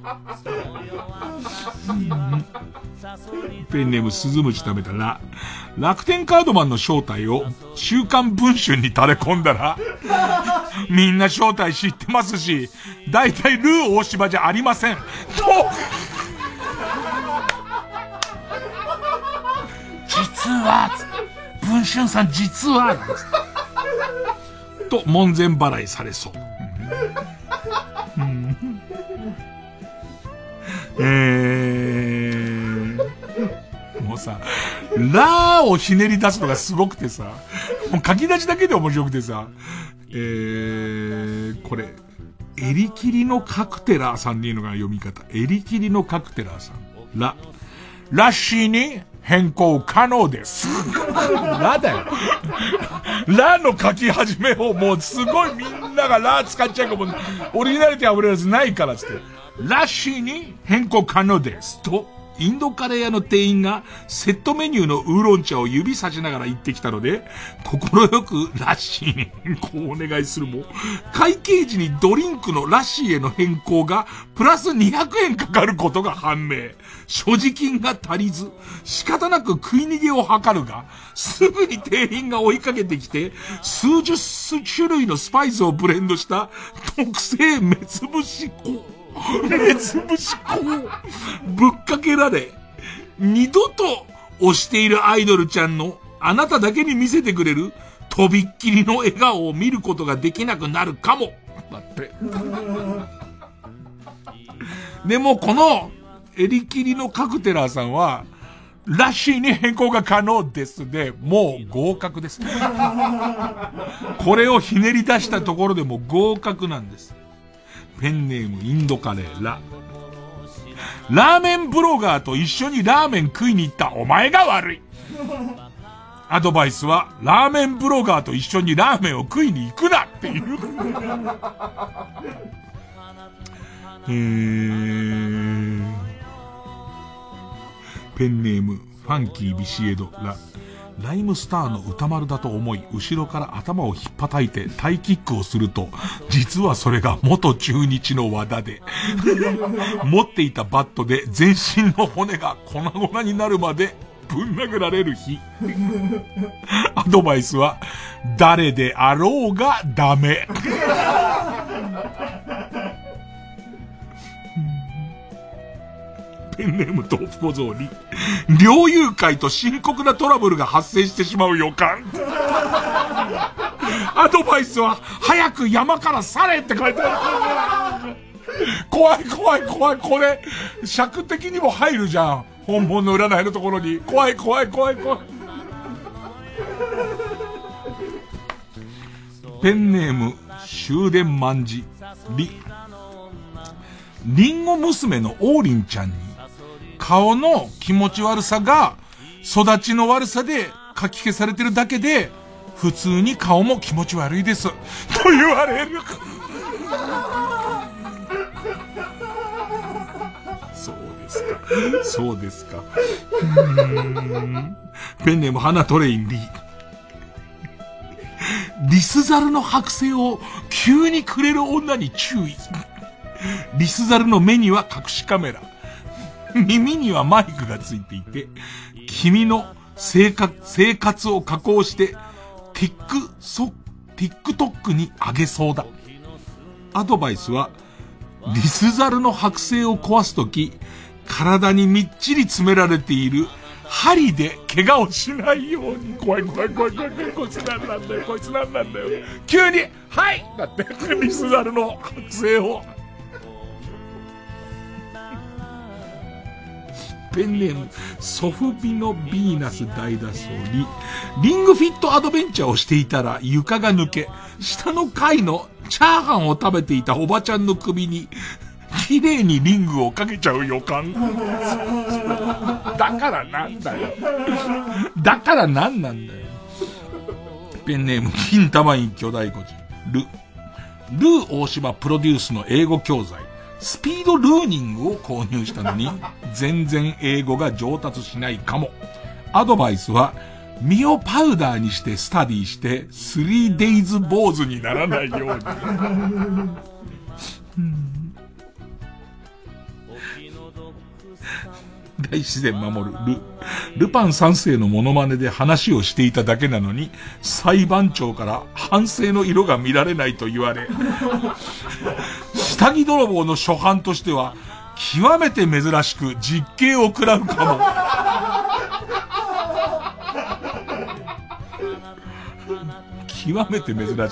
ペンネームスズムシ食べたら、楽天カードマンの正体を週刊文春に垂れ込んだら、みんな正体知ってますし、だいたいルー大柴じゃありませんと実は文春さん実はと門前払いされそう。うん、えー、もうさ、ラーをひねり出すのがすごくてさ、もう書き出しだけで面白くてさ、えー、これエリキリのカクテラーさんでいいのかな、読み方。エリキリのカクテラーさん。ララッシーに変更可能です。ラだよ。ラの書き始めをもうすごいみんながラ使っちゃうかも。オリジナリティあぶれるやつないからつって。ラッシーに変更可能です。と、インドカレー屋の店員がセットメニューのウーロン茶を指さしながら言ってきたので、心よくラッシーに変更をお願いするも、会計時にドリンクのラッシーへの変更がプラスにひゃくえんかかることが判明。所持金が足りず、仕方なく食い逃げを図るが、すぐに店員が追いかけてきて、数十種類のスパイスをブレンドした特製目つぶし粉。目つぶし粉をぶっかけられ、二度と推しているアイドルちゃんのあなただけに見せてくれるとびっきりの笑顔を見ることができなくなるかも。だって。でもこのエリキリのカクテラーさんは、ラッシーに変更が可能ですで、もう合格です。これをひねり出したところでも合格なんです。ペンネームインドカレーラ。ラーメンブロガーと一緒にラーメン食いに行ったお前が悪い。アドバイスは、ラーメンブロガーと一緒にラーメンを食いに行くなっていう。えー、ペンネームファンキービシエドラ。ライムスターの歌丸だと思い、後ろから頭を引っ叩いてタイキックをすると、実はそれが元中日の和田で、持っていたバットで全身の骨が粉々になるまでぶん殴られる日。アドバイスは、誰であろうがダメ。ペンネーム豆腐小僧に、猟友会と深刻なトラブルが発生してしまう予感。アドバイスは、早く山から去れって書いてある。怖い怖い怖い。これ、尺的にも入るじゃん。本物の占いのところに。怖い怖い怖い怖い。ペンネーム、終電万事。り、りんご娘の王林ちゃんに、顔の気持ち悪さが育ちの悪さで書き消されてるだけで、普通に顔も気持ち悪いですと言われる。そうですそうですか。ペンネーム花トレインリー。リスザルの剥製を急にくれる女に注意。リスザルの目には隠しカメラ。耳にはマイクがついていて、君の生活、生活を加工して、ティックソ、ティックトックにあげそうだ。アドバイスは、リスザルの剥製を壊すとき、体にみっちり詰められている針で怪我をしないように。怖い怖い怖い怖い怖い。こいつなんなんだよ、こいつなんなんだよ。急に、はいだって、リスザルの剥製を。ペンネーム、ソフビノビーナス大脱走に、リングフィットアドベンチャーをしていたら床が抜け、下の階のチャーハンを食べていたおばちゃんの首に、綺麗にリングをかけちゃう予感。だからなんだよ。だからなんなんだよ。ペンネーム、金玉院巨大孤児。ル。ルー大島プロデュースの英語教材。スピードルーニングを購入したのに、全然英語が上達しないかも。アドバイスは、身をパウダーにしてスタディして、スリーデイズ坊主にならないように。大自然守るル。ルパン三世のモノマネで話をしていただけなのに、裁判長から反省の色が見られないと言われ、下着泥棒の初犯としては、極めて珍しく実刑を食らうかも。極めて珍しいだろうね。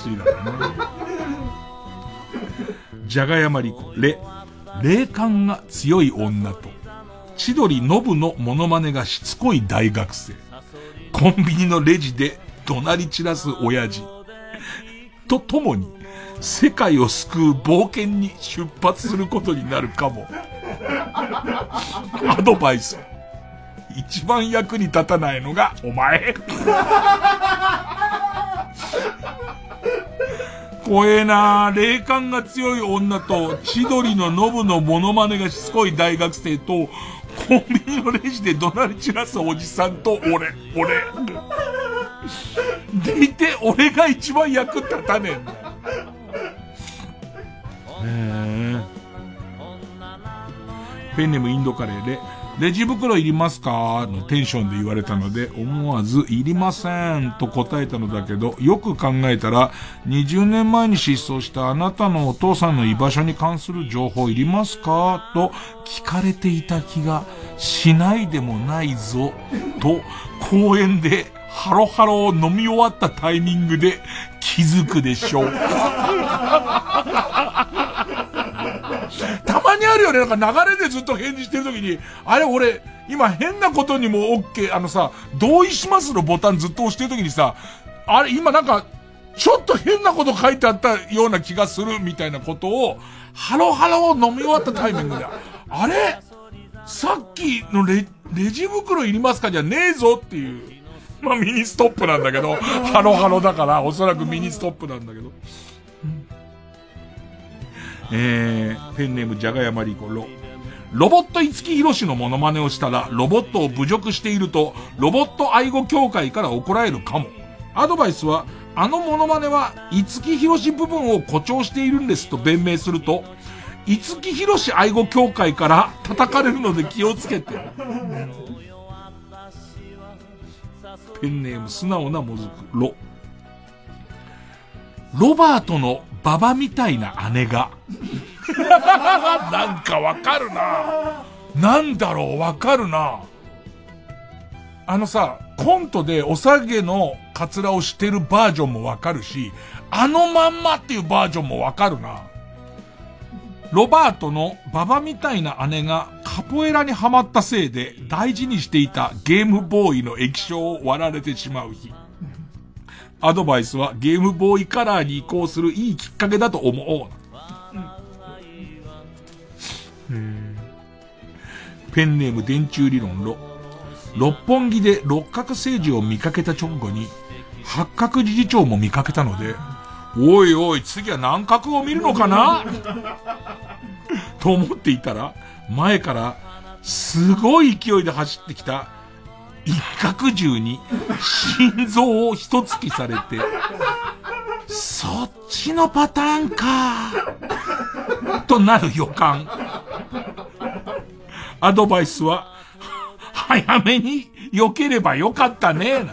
じゃがやまりこ、れ、霊感が強い女と、千鳥ノブのモノマネがしつこい大学生。コンビニのレジで怒鳴り散らす親父。とともに、世界を救う冒険に出発することになるかも。アドバイス。一番役に立たないのがお前。怖えなぁ。霊感が強い女と千鳥のノブのモノマネがしつこい大学生とコンビニのレジで怒鳴り散らすおじさんと俺、俺。でいて俺が一番役立たねえんだよ。へー。ペンネームインドカレーで、レジ袋いりますかのテンションで言われたので、思わずいりませんと答えたのだけど、よく考えたら、にじゅうねんまえに失踪したあなたのお父さんの居場所に関する情報いりますかと聞かれていた気がしないでもないぞ、と公園でハロハロを飲み終わったタイミングで気づくでしょう。たまにあるよね。なんか流れでずっと返事してるときに、あれ俺、今変なことにも OK、あのさ、同意しますのボタンずっと押してるときにさ、あれ今なんか、ちょっと変なこと書いてあったような気がするみたいなことを、ハロハロを飲み終わったタイミングで、あれさっきのレ、レジ袋いりますかじゃねえぞっていう。まあミニストップなんだけど、ハロハロだから、おそらくミニストップなんだけど。えー、ペンネームじゃがやまりころ。ロボット五木ひろしのモノマネをしたら、ロボットを侮辱していると、ロボット愛護協会から怒られるかも。アドバイスは、あのモノマネは、五木ひろし部分を誇張しているんですと弁明すると、五木ひろし愛護協会から叩かれるので気をつけて。ペンネーム素直なもずくろ。ロバートのババみたいな姉が。なんかわかるな。なんだろう、わかるな。あのさ、コントでおさげのカツラをしてるバージョンもわかるし、あのまんまっていうバージョンもわかるな。ロバートのババみたいな姉がカポエラにハマったせいで大事にしていたゲームボーイの液晶を割られてしまう日。アドバイスはゲームボーイカラーに移行するいいきっかけだと思おう。うん、ペンネーム電柱理論ろ。六本木で六角星児を見かけた直後に八角理事長も見かけたので、おいおい次は何角を見るのかなと思っていたら、前からすごい勢いで走ってきた一角獣に心臓を一突きされて、そっちのパターンかとなる予感。アドバイスは早めに避ければよかったね。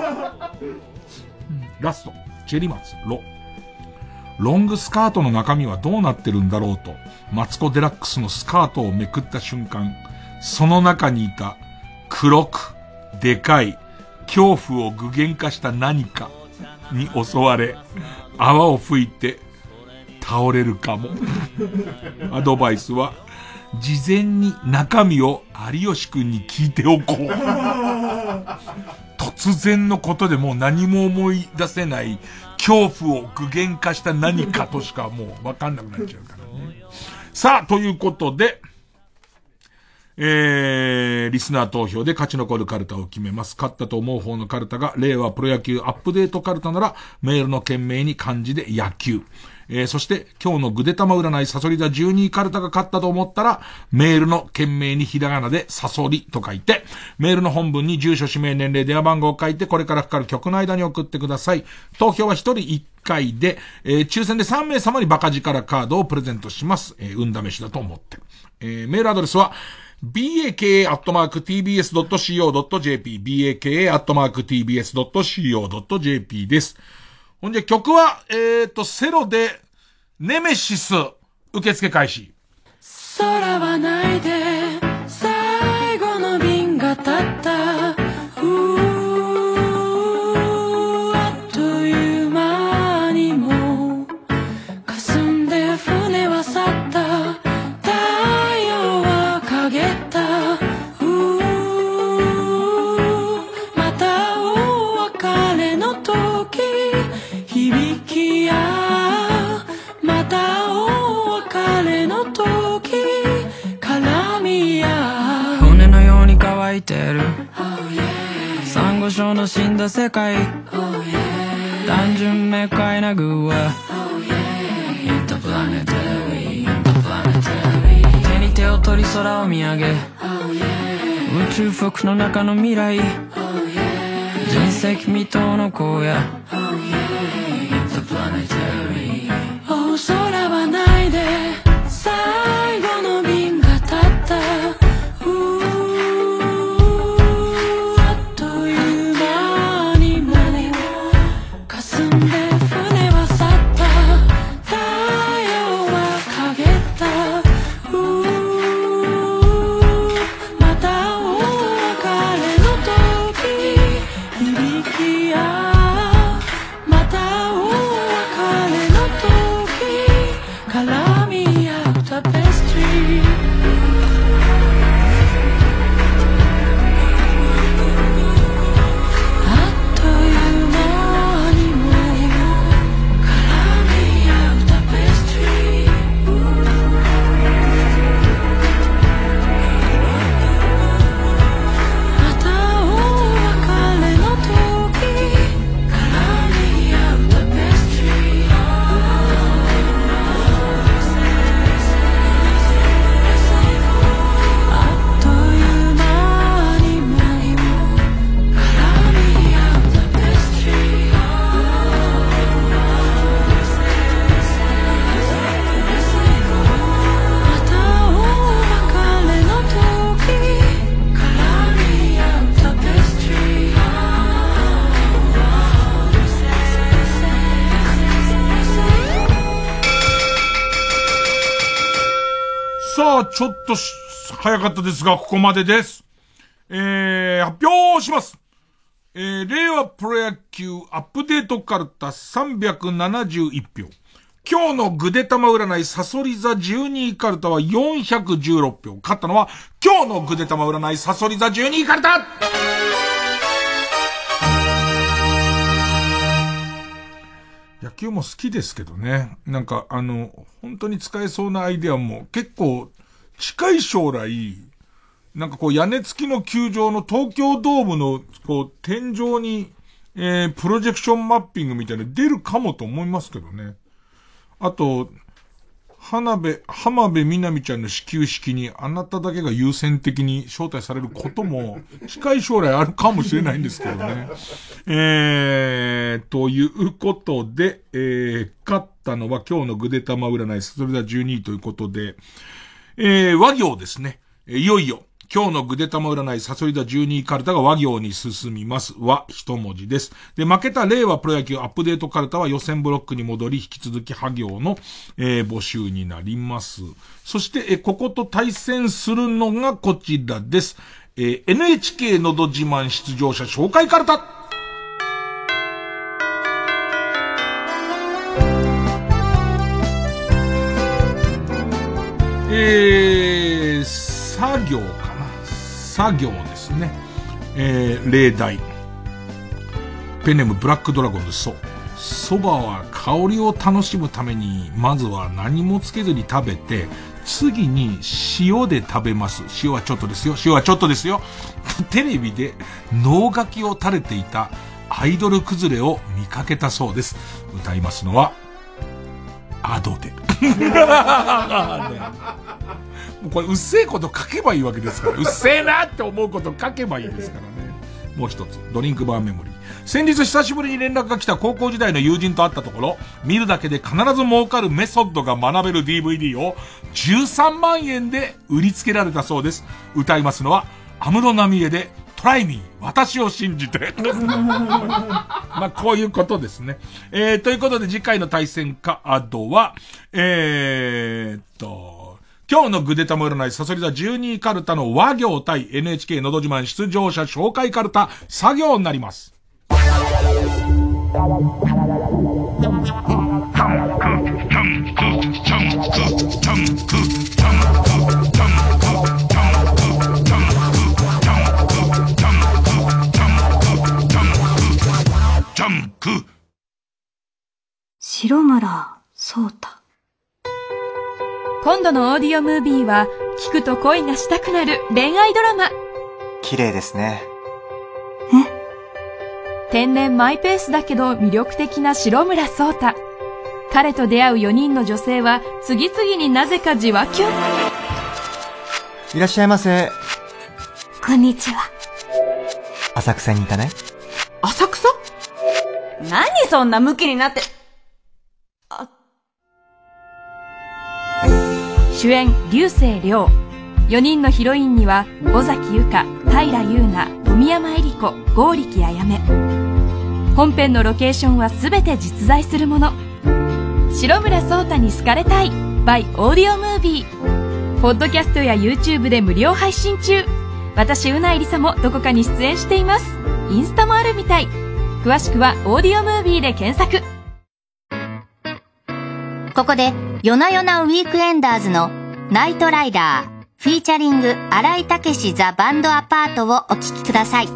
ラスト、チェリマツロ。ロングスカートの中身はどうなってるんだろうと、マツコデラックスのスカートをめくった瞬間、その中にいた黒くでかい恐怖を具現化した何かに襲われ、泡を吹いて倒れるかも。アドバイスは事前に中身を有吉くんに聞いておこう。突然のことでもう何も思い出せない恐怖を具現化した何かとしかもう分かんなくなっちゃうからね。さあ、ということで、えー、リスナー投票で勝ち残るカルタを決めます。勝ったと思う方のカルタが、令和プロ野球アップデートカルタなら、メールの件名に漢字で野球。えー、そして、今日のぐでたま占いサソリ座じゅうにいカルタが勝ったと思ったら、メールの件名にひらがなでサソリと書いて、メールの本文に住所、氏名、年齢、電話番号を書いて、これからかかる曲の間に送ってください。投票はひとりいっかいで、えー、抽選でさんめいさまにバカ力カードをプレゼントします。えー、運試しだと思って。えー、メールアドレスは、ビーエーケーエー アットマーク ティービーエス ドット シーオー ドット ジェーピー ビーエーケーエー アットマーク ティービーエス ドット シーオー ドット ジェーピー です。ほんじゃ曲は、えーと、セロで、ネメシス、受付開始。 空はないで、最後の便が立った。うー、あっという間にも、霞んで船は去った。太陽は陰った。うー、またお別れの時、響き合う。またお別れの時絡み合う。骨のように乾いてる、oh, yeah. サンゴ礁の死んだ世界、oh, yeah. 単純明快な具は、oh, yeah. Interplanetary, interplanetary 手に手を取り空を見上げ、oh, yeah. 宇宙服の中の未来、oh, yeah. 人生未踏の荒野、oh, yeah. Interplanetary空はないで、最後の便が立った。うー、あっという間にも霞んで船は去った。太陽は陰った。うー、またお別れの時響き合う。またお別れの時絡み合うタペストリー。あっという間にも絡み合うタペストリー。またお別れの時絡み合うタペストリー。 さあ、ちょっと早かったですが、ここまでです。えー、発表します。えー、令和プロ野球アップデートカルタさんびゃくななじゅういちひょう。今日のぐでたま占いサソリ座じゅうにいカルタはよんひゃくじゅうろくひょう。勝ったのは今日のぐでたま占いサソリ座じゅうにいカルタ。野球も好きですけどね。なんかあの、本当に使えそうなアイデアも結構近い将来、なんかこう屋根付きの球場の東京ドームのこう天井に、えー、プロジェクションマッピングみたいなの出るかもと思いますけどね。あと、 花部、浜辺美波ちゃんの始球式にあなただけが優先的に招待されることも近い将来あるかもしれないんですけどね。えー、ということで、えー、勝ったのは今日のぐでたま占い、それではじゅうにいということで、えー、和行ですね。いよいよ。今日のぐでたま占い、サソリ座じゅうにいカルタが和行に進みます。和一文字です。で、負けた令和プロ野球アップデートカルタは予選ブロックに戻り、引き続き破行の、えー、募集になります。そして、えー、ここと対戦するのがこちらです。えー、エヌエイチケー のど自慢出場者紹介カルタ。えー、作業か。作業ですね。えー、例題。ペンネームブラックドラゴンです。そう。蕎麦は香りを楽しむために、まずは何もつけずに食べて、次に塩で食べます。塩はちょっとですよ。塩はちょっとですよ。テレビで能書きを垂れていたアイドル崩れを見かけたそうです。歌いますのは、アドで。もうこれうっせえこと書けばいいわけですから。うっせえなって思うこと書けばいいですからね。もう一つ、ドリンクバーメモリー。先日久しぶりに連絡が来た高校時代の友人と会ったところ、見るだけで必ず儲かるメソッドが学べる ディーブイディー をじゅうさんまんえんで売りつけられたそうです。歌いますのは、安室奈美恵で、トライミー、私を信じて。まあ、こういうことですね。えー、ということで次回の対戦カードは、えーっと、今日のぐでたま占い、サソリ座じゅうにいカルタの和行対 エヌエイチケー のど自慢出場者紹介カルタ、作業になります。 白村聡太。 今度のオーディオムービーは聞くと恋がしたくなる恋愛ドラマ。 綺麗ですね。 天然マイペースだけど魅力的な白村聡太。彼と出会うよにんの女性は次々になぜかじわきゅん。 いらっしゃいませ。 こんにちは。 浅草に行かない？ 浅草？何そんなムキになって。あ、 主演竜星涼。よにんのヒロインには尾崎由香、平優奈、富山恵里子、剛力彩芽。本編のロケーションはすべて実在するもの。白村聡太に好かれたい by オーディオムービー。ポッドキャストや YouTube で無料配信中。私うないりさもどこかに出演しています。インスタもあるみたい。詳しくはオーディオムービーで検索。 ここで夜な夜なウィークエンダーズのナイトライダーフィーチャリング新井武ザ・バンドアパートをお聴きください。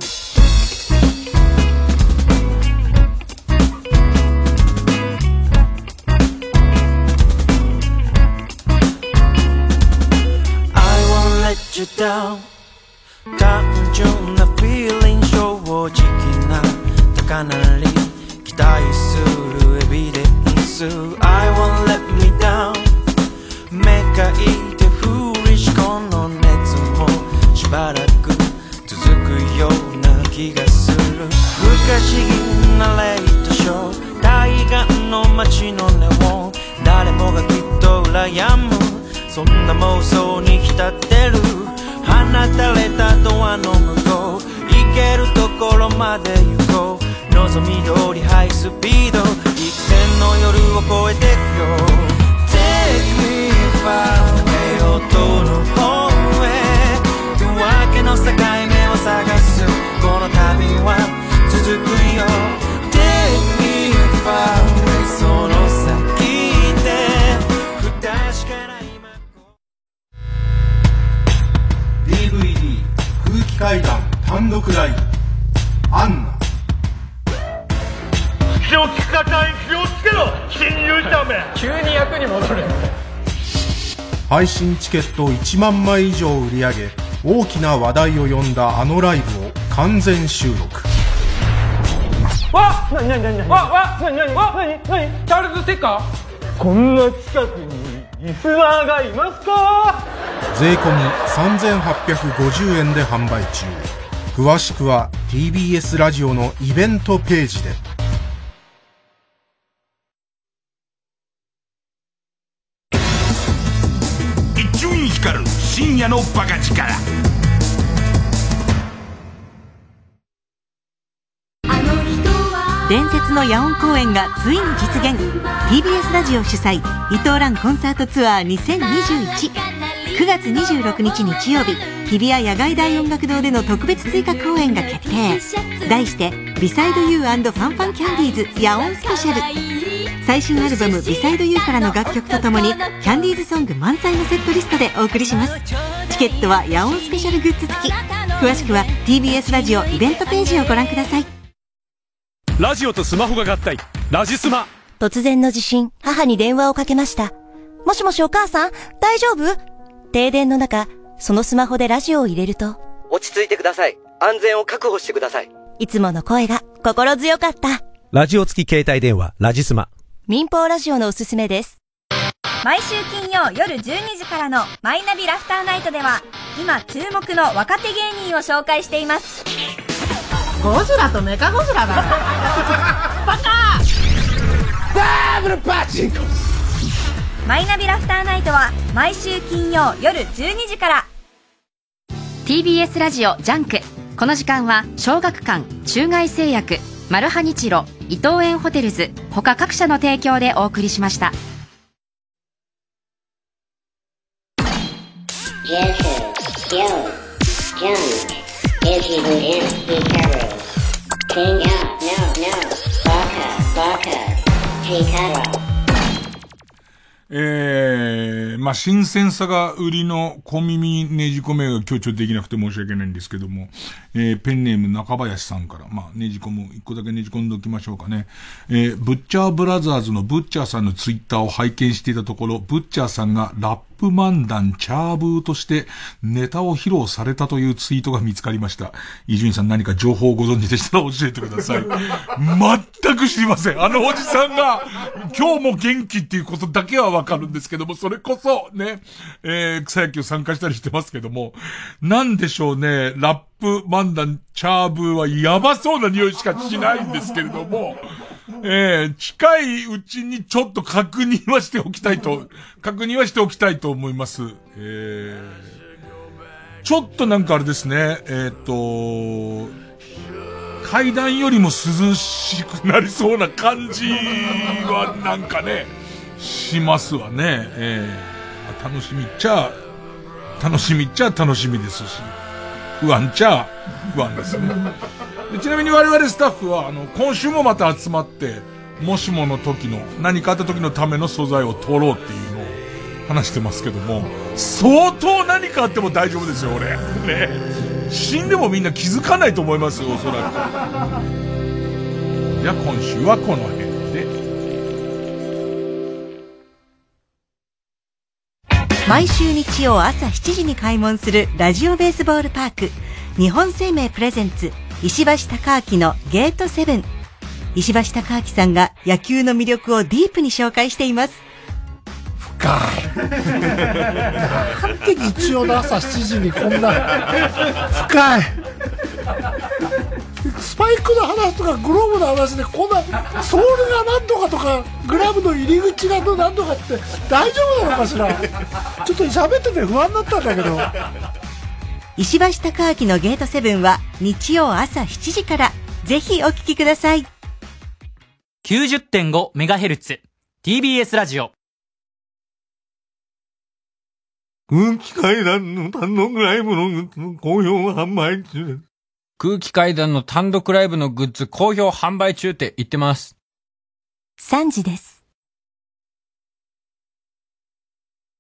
Let you down 単純な feeling 正直な高鳴り期待するエビデンス I won't let me down 目かいてfoolish この熱もしばらく続くような気がする不可思議なレイトショー対岸の街のネオン誰もがきっと羨むそんな妄想に浸ってる放たれたドアの向こう行けるところまで行こう望み通りハイスピード幾千の夜を越えてくよ Take me far away 音の方へ夜明けの境目を探すこの旅は続くよ Take me far away その先で不確かなディーブイディー 空気階段単独ライブアンナ気をつかない気をつけろ新入社め急に役に戻る配信チケットいちまんまい以上売り上げ大きな話題を呼んだあのライブを完全収録わっなになになにわわなになにわなになにチャールズ・テッカーこんな近くにリスナーがいますか？ 税込みさんぜんはっぴゃくごじゅうえんで販売中。詳しくは ティービーエス ラジオのイベントページで。 一瞬光る深夜のバカ力。 伝説の野音公演がついに実現。 ティービーエス ラジオ主催伊藤蘭コンサートツアーにせんにじゅういち。 くがつにじゅうろくにち日曜日、日比谷野外大音楽堂での特別追加公演が決定。題してビサイドユー&ファンファンキャンディーズ野音スペシャル。最新アルバムビサイドユーからの楽曲とともにキャンディーズソング満載のセットリストでお送りします。チケットは野音スペシャルグッズ付き。詳しくは ティービーエス ラジオイベントページをご覧ください。 ラジオとスマホが合体、ラジスマ。 突然の地震、母に電話をかけました。もしもしお母さん、大丈夫？停電の中、そのスマホでラジオを入れると、 落ち着いてください。安全を確保してください。 いつもの声が心強かった。 ラジオ付き携帯電話、ラジスマ。 民放ラジオのおすすめです。 毎週金曜夜じゅうにじからのマイナビラフターナイトでは、今注目の若手芸人を紹介しています。 ゴジラとメカゴジラだよ。バカダブルパチンコ。 マイナビラフターナイトは毎週金曜夜じゅうにじから。 ティービーエス ラジオジャンク。この時間は小学館、中外製薬、マルハニチロ、伊藤園ホテルズ他各社の提供でお送りしました。 えー、まあ、新鮮さが売りの小耳ねじ込めが強調できなくて申し訳ないんですけども、えー、ペンネーム中林さんから、まあ、ねじ込む、一個だけねじ込んでおきましょうかね。えー、ブッチャーブラザーズのブッチャーさんのツイッターを拝見していたところ、ブッチャーさんがラップ漫談チャーブーとしてネタを披露されたというツイートが見つかりました。伊集院さん何か情報をご存知でしたら教えてください。全く知りません。あのおじさんが今日も元気っていうことだけはわかるんですけども、それこそね、えー、草野球参加したりしてますけども、なんでしょうね、ラップ漫談チャーブーはやばそうな匂いしかしないんですけれども、えー、近いうちにちょっと確認はしておきたいと、確認はしておきたいと思います。えー、ちょっとなんかあれですね、えっと、階段よりも涼しくなりそうな感じはなんかね、しますわね。えー、楽しみっちゃ、楽しみっちゃ楽しみですし、不安っちゃ不安ですね。でちなみに我々スタッフは、あの、今週もまた集まって、もしもの時の、何かあった時のための素材を取ろうっていうのを話してますけども、相当何かあっても大丈夫ですよ、俺。ね。死んでもみんな気づかないと思いますよ、おそらく。じゃあ今週はこの辺で。 毎週日曜朝しちじに開門するラジオベースボールパーク、日本生命プレゼンツ石橋貴明のゲートセブン。石橋貴明さんが野球の魅力をディープに紹介しています。 深い。なんで日曜の朝しちじにこんな深い。スパイクの話とかグローブの話でこんなソールが何とかとかグラブの入り口が何とかって大丈夫なのかしら。ちょっと喋ってて不安になったんだけど。 石橋貴明のゲートセブンは日曜朝しちじから、ぜひお聞きください。 きゅうじゅってんごメガヘルツ ティービーエス ラジオ。 空気階段の単独ライブのグッズ好評販売中です。 空気階段の単独ライブのグッズ好評販売中って言ってます。 さんじです。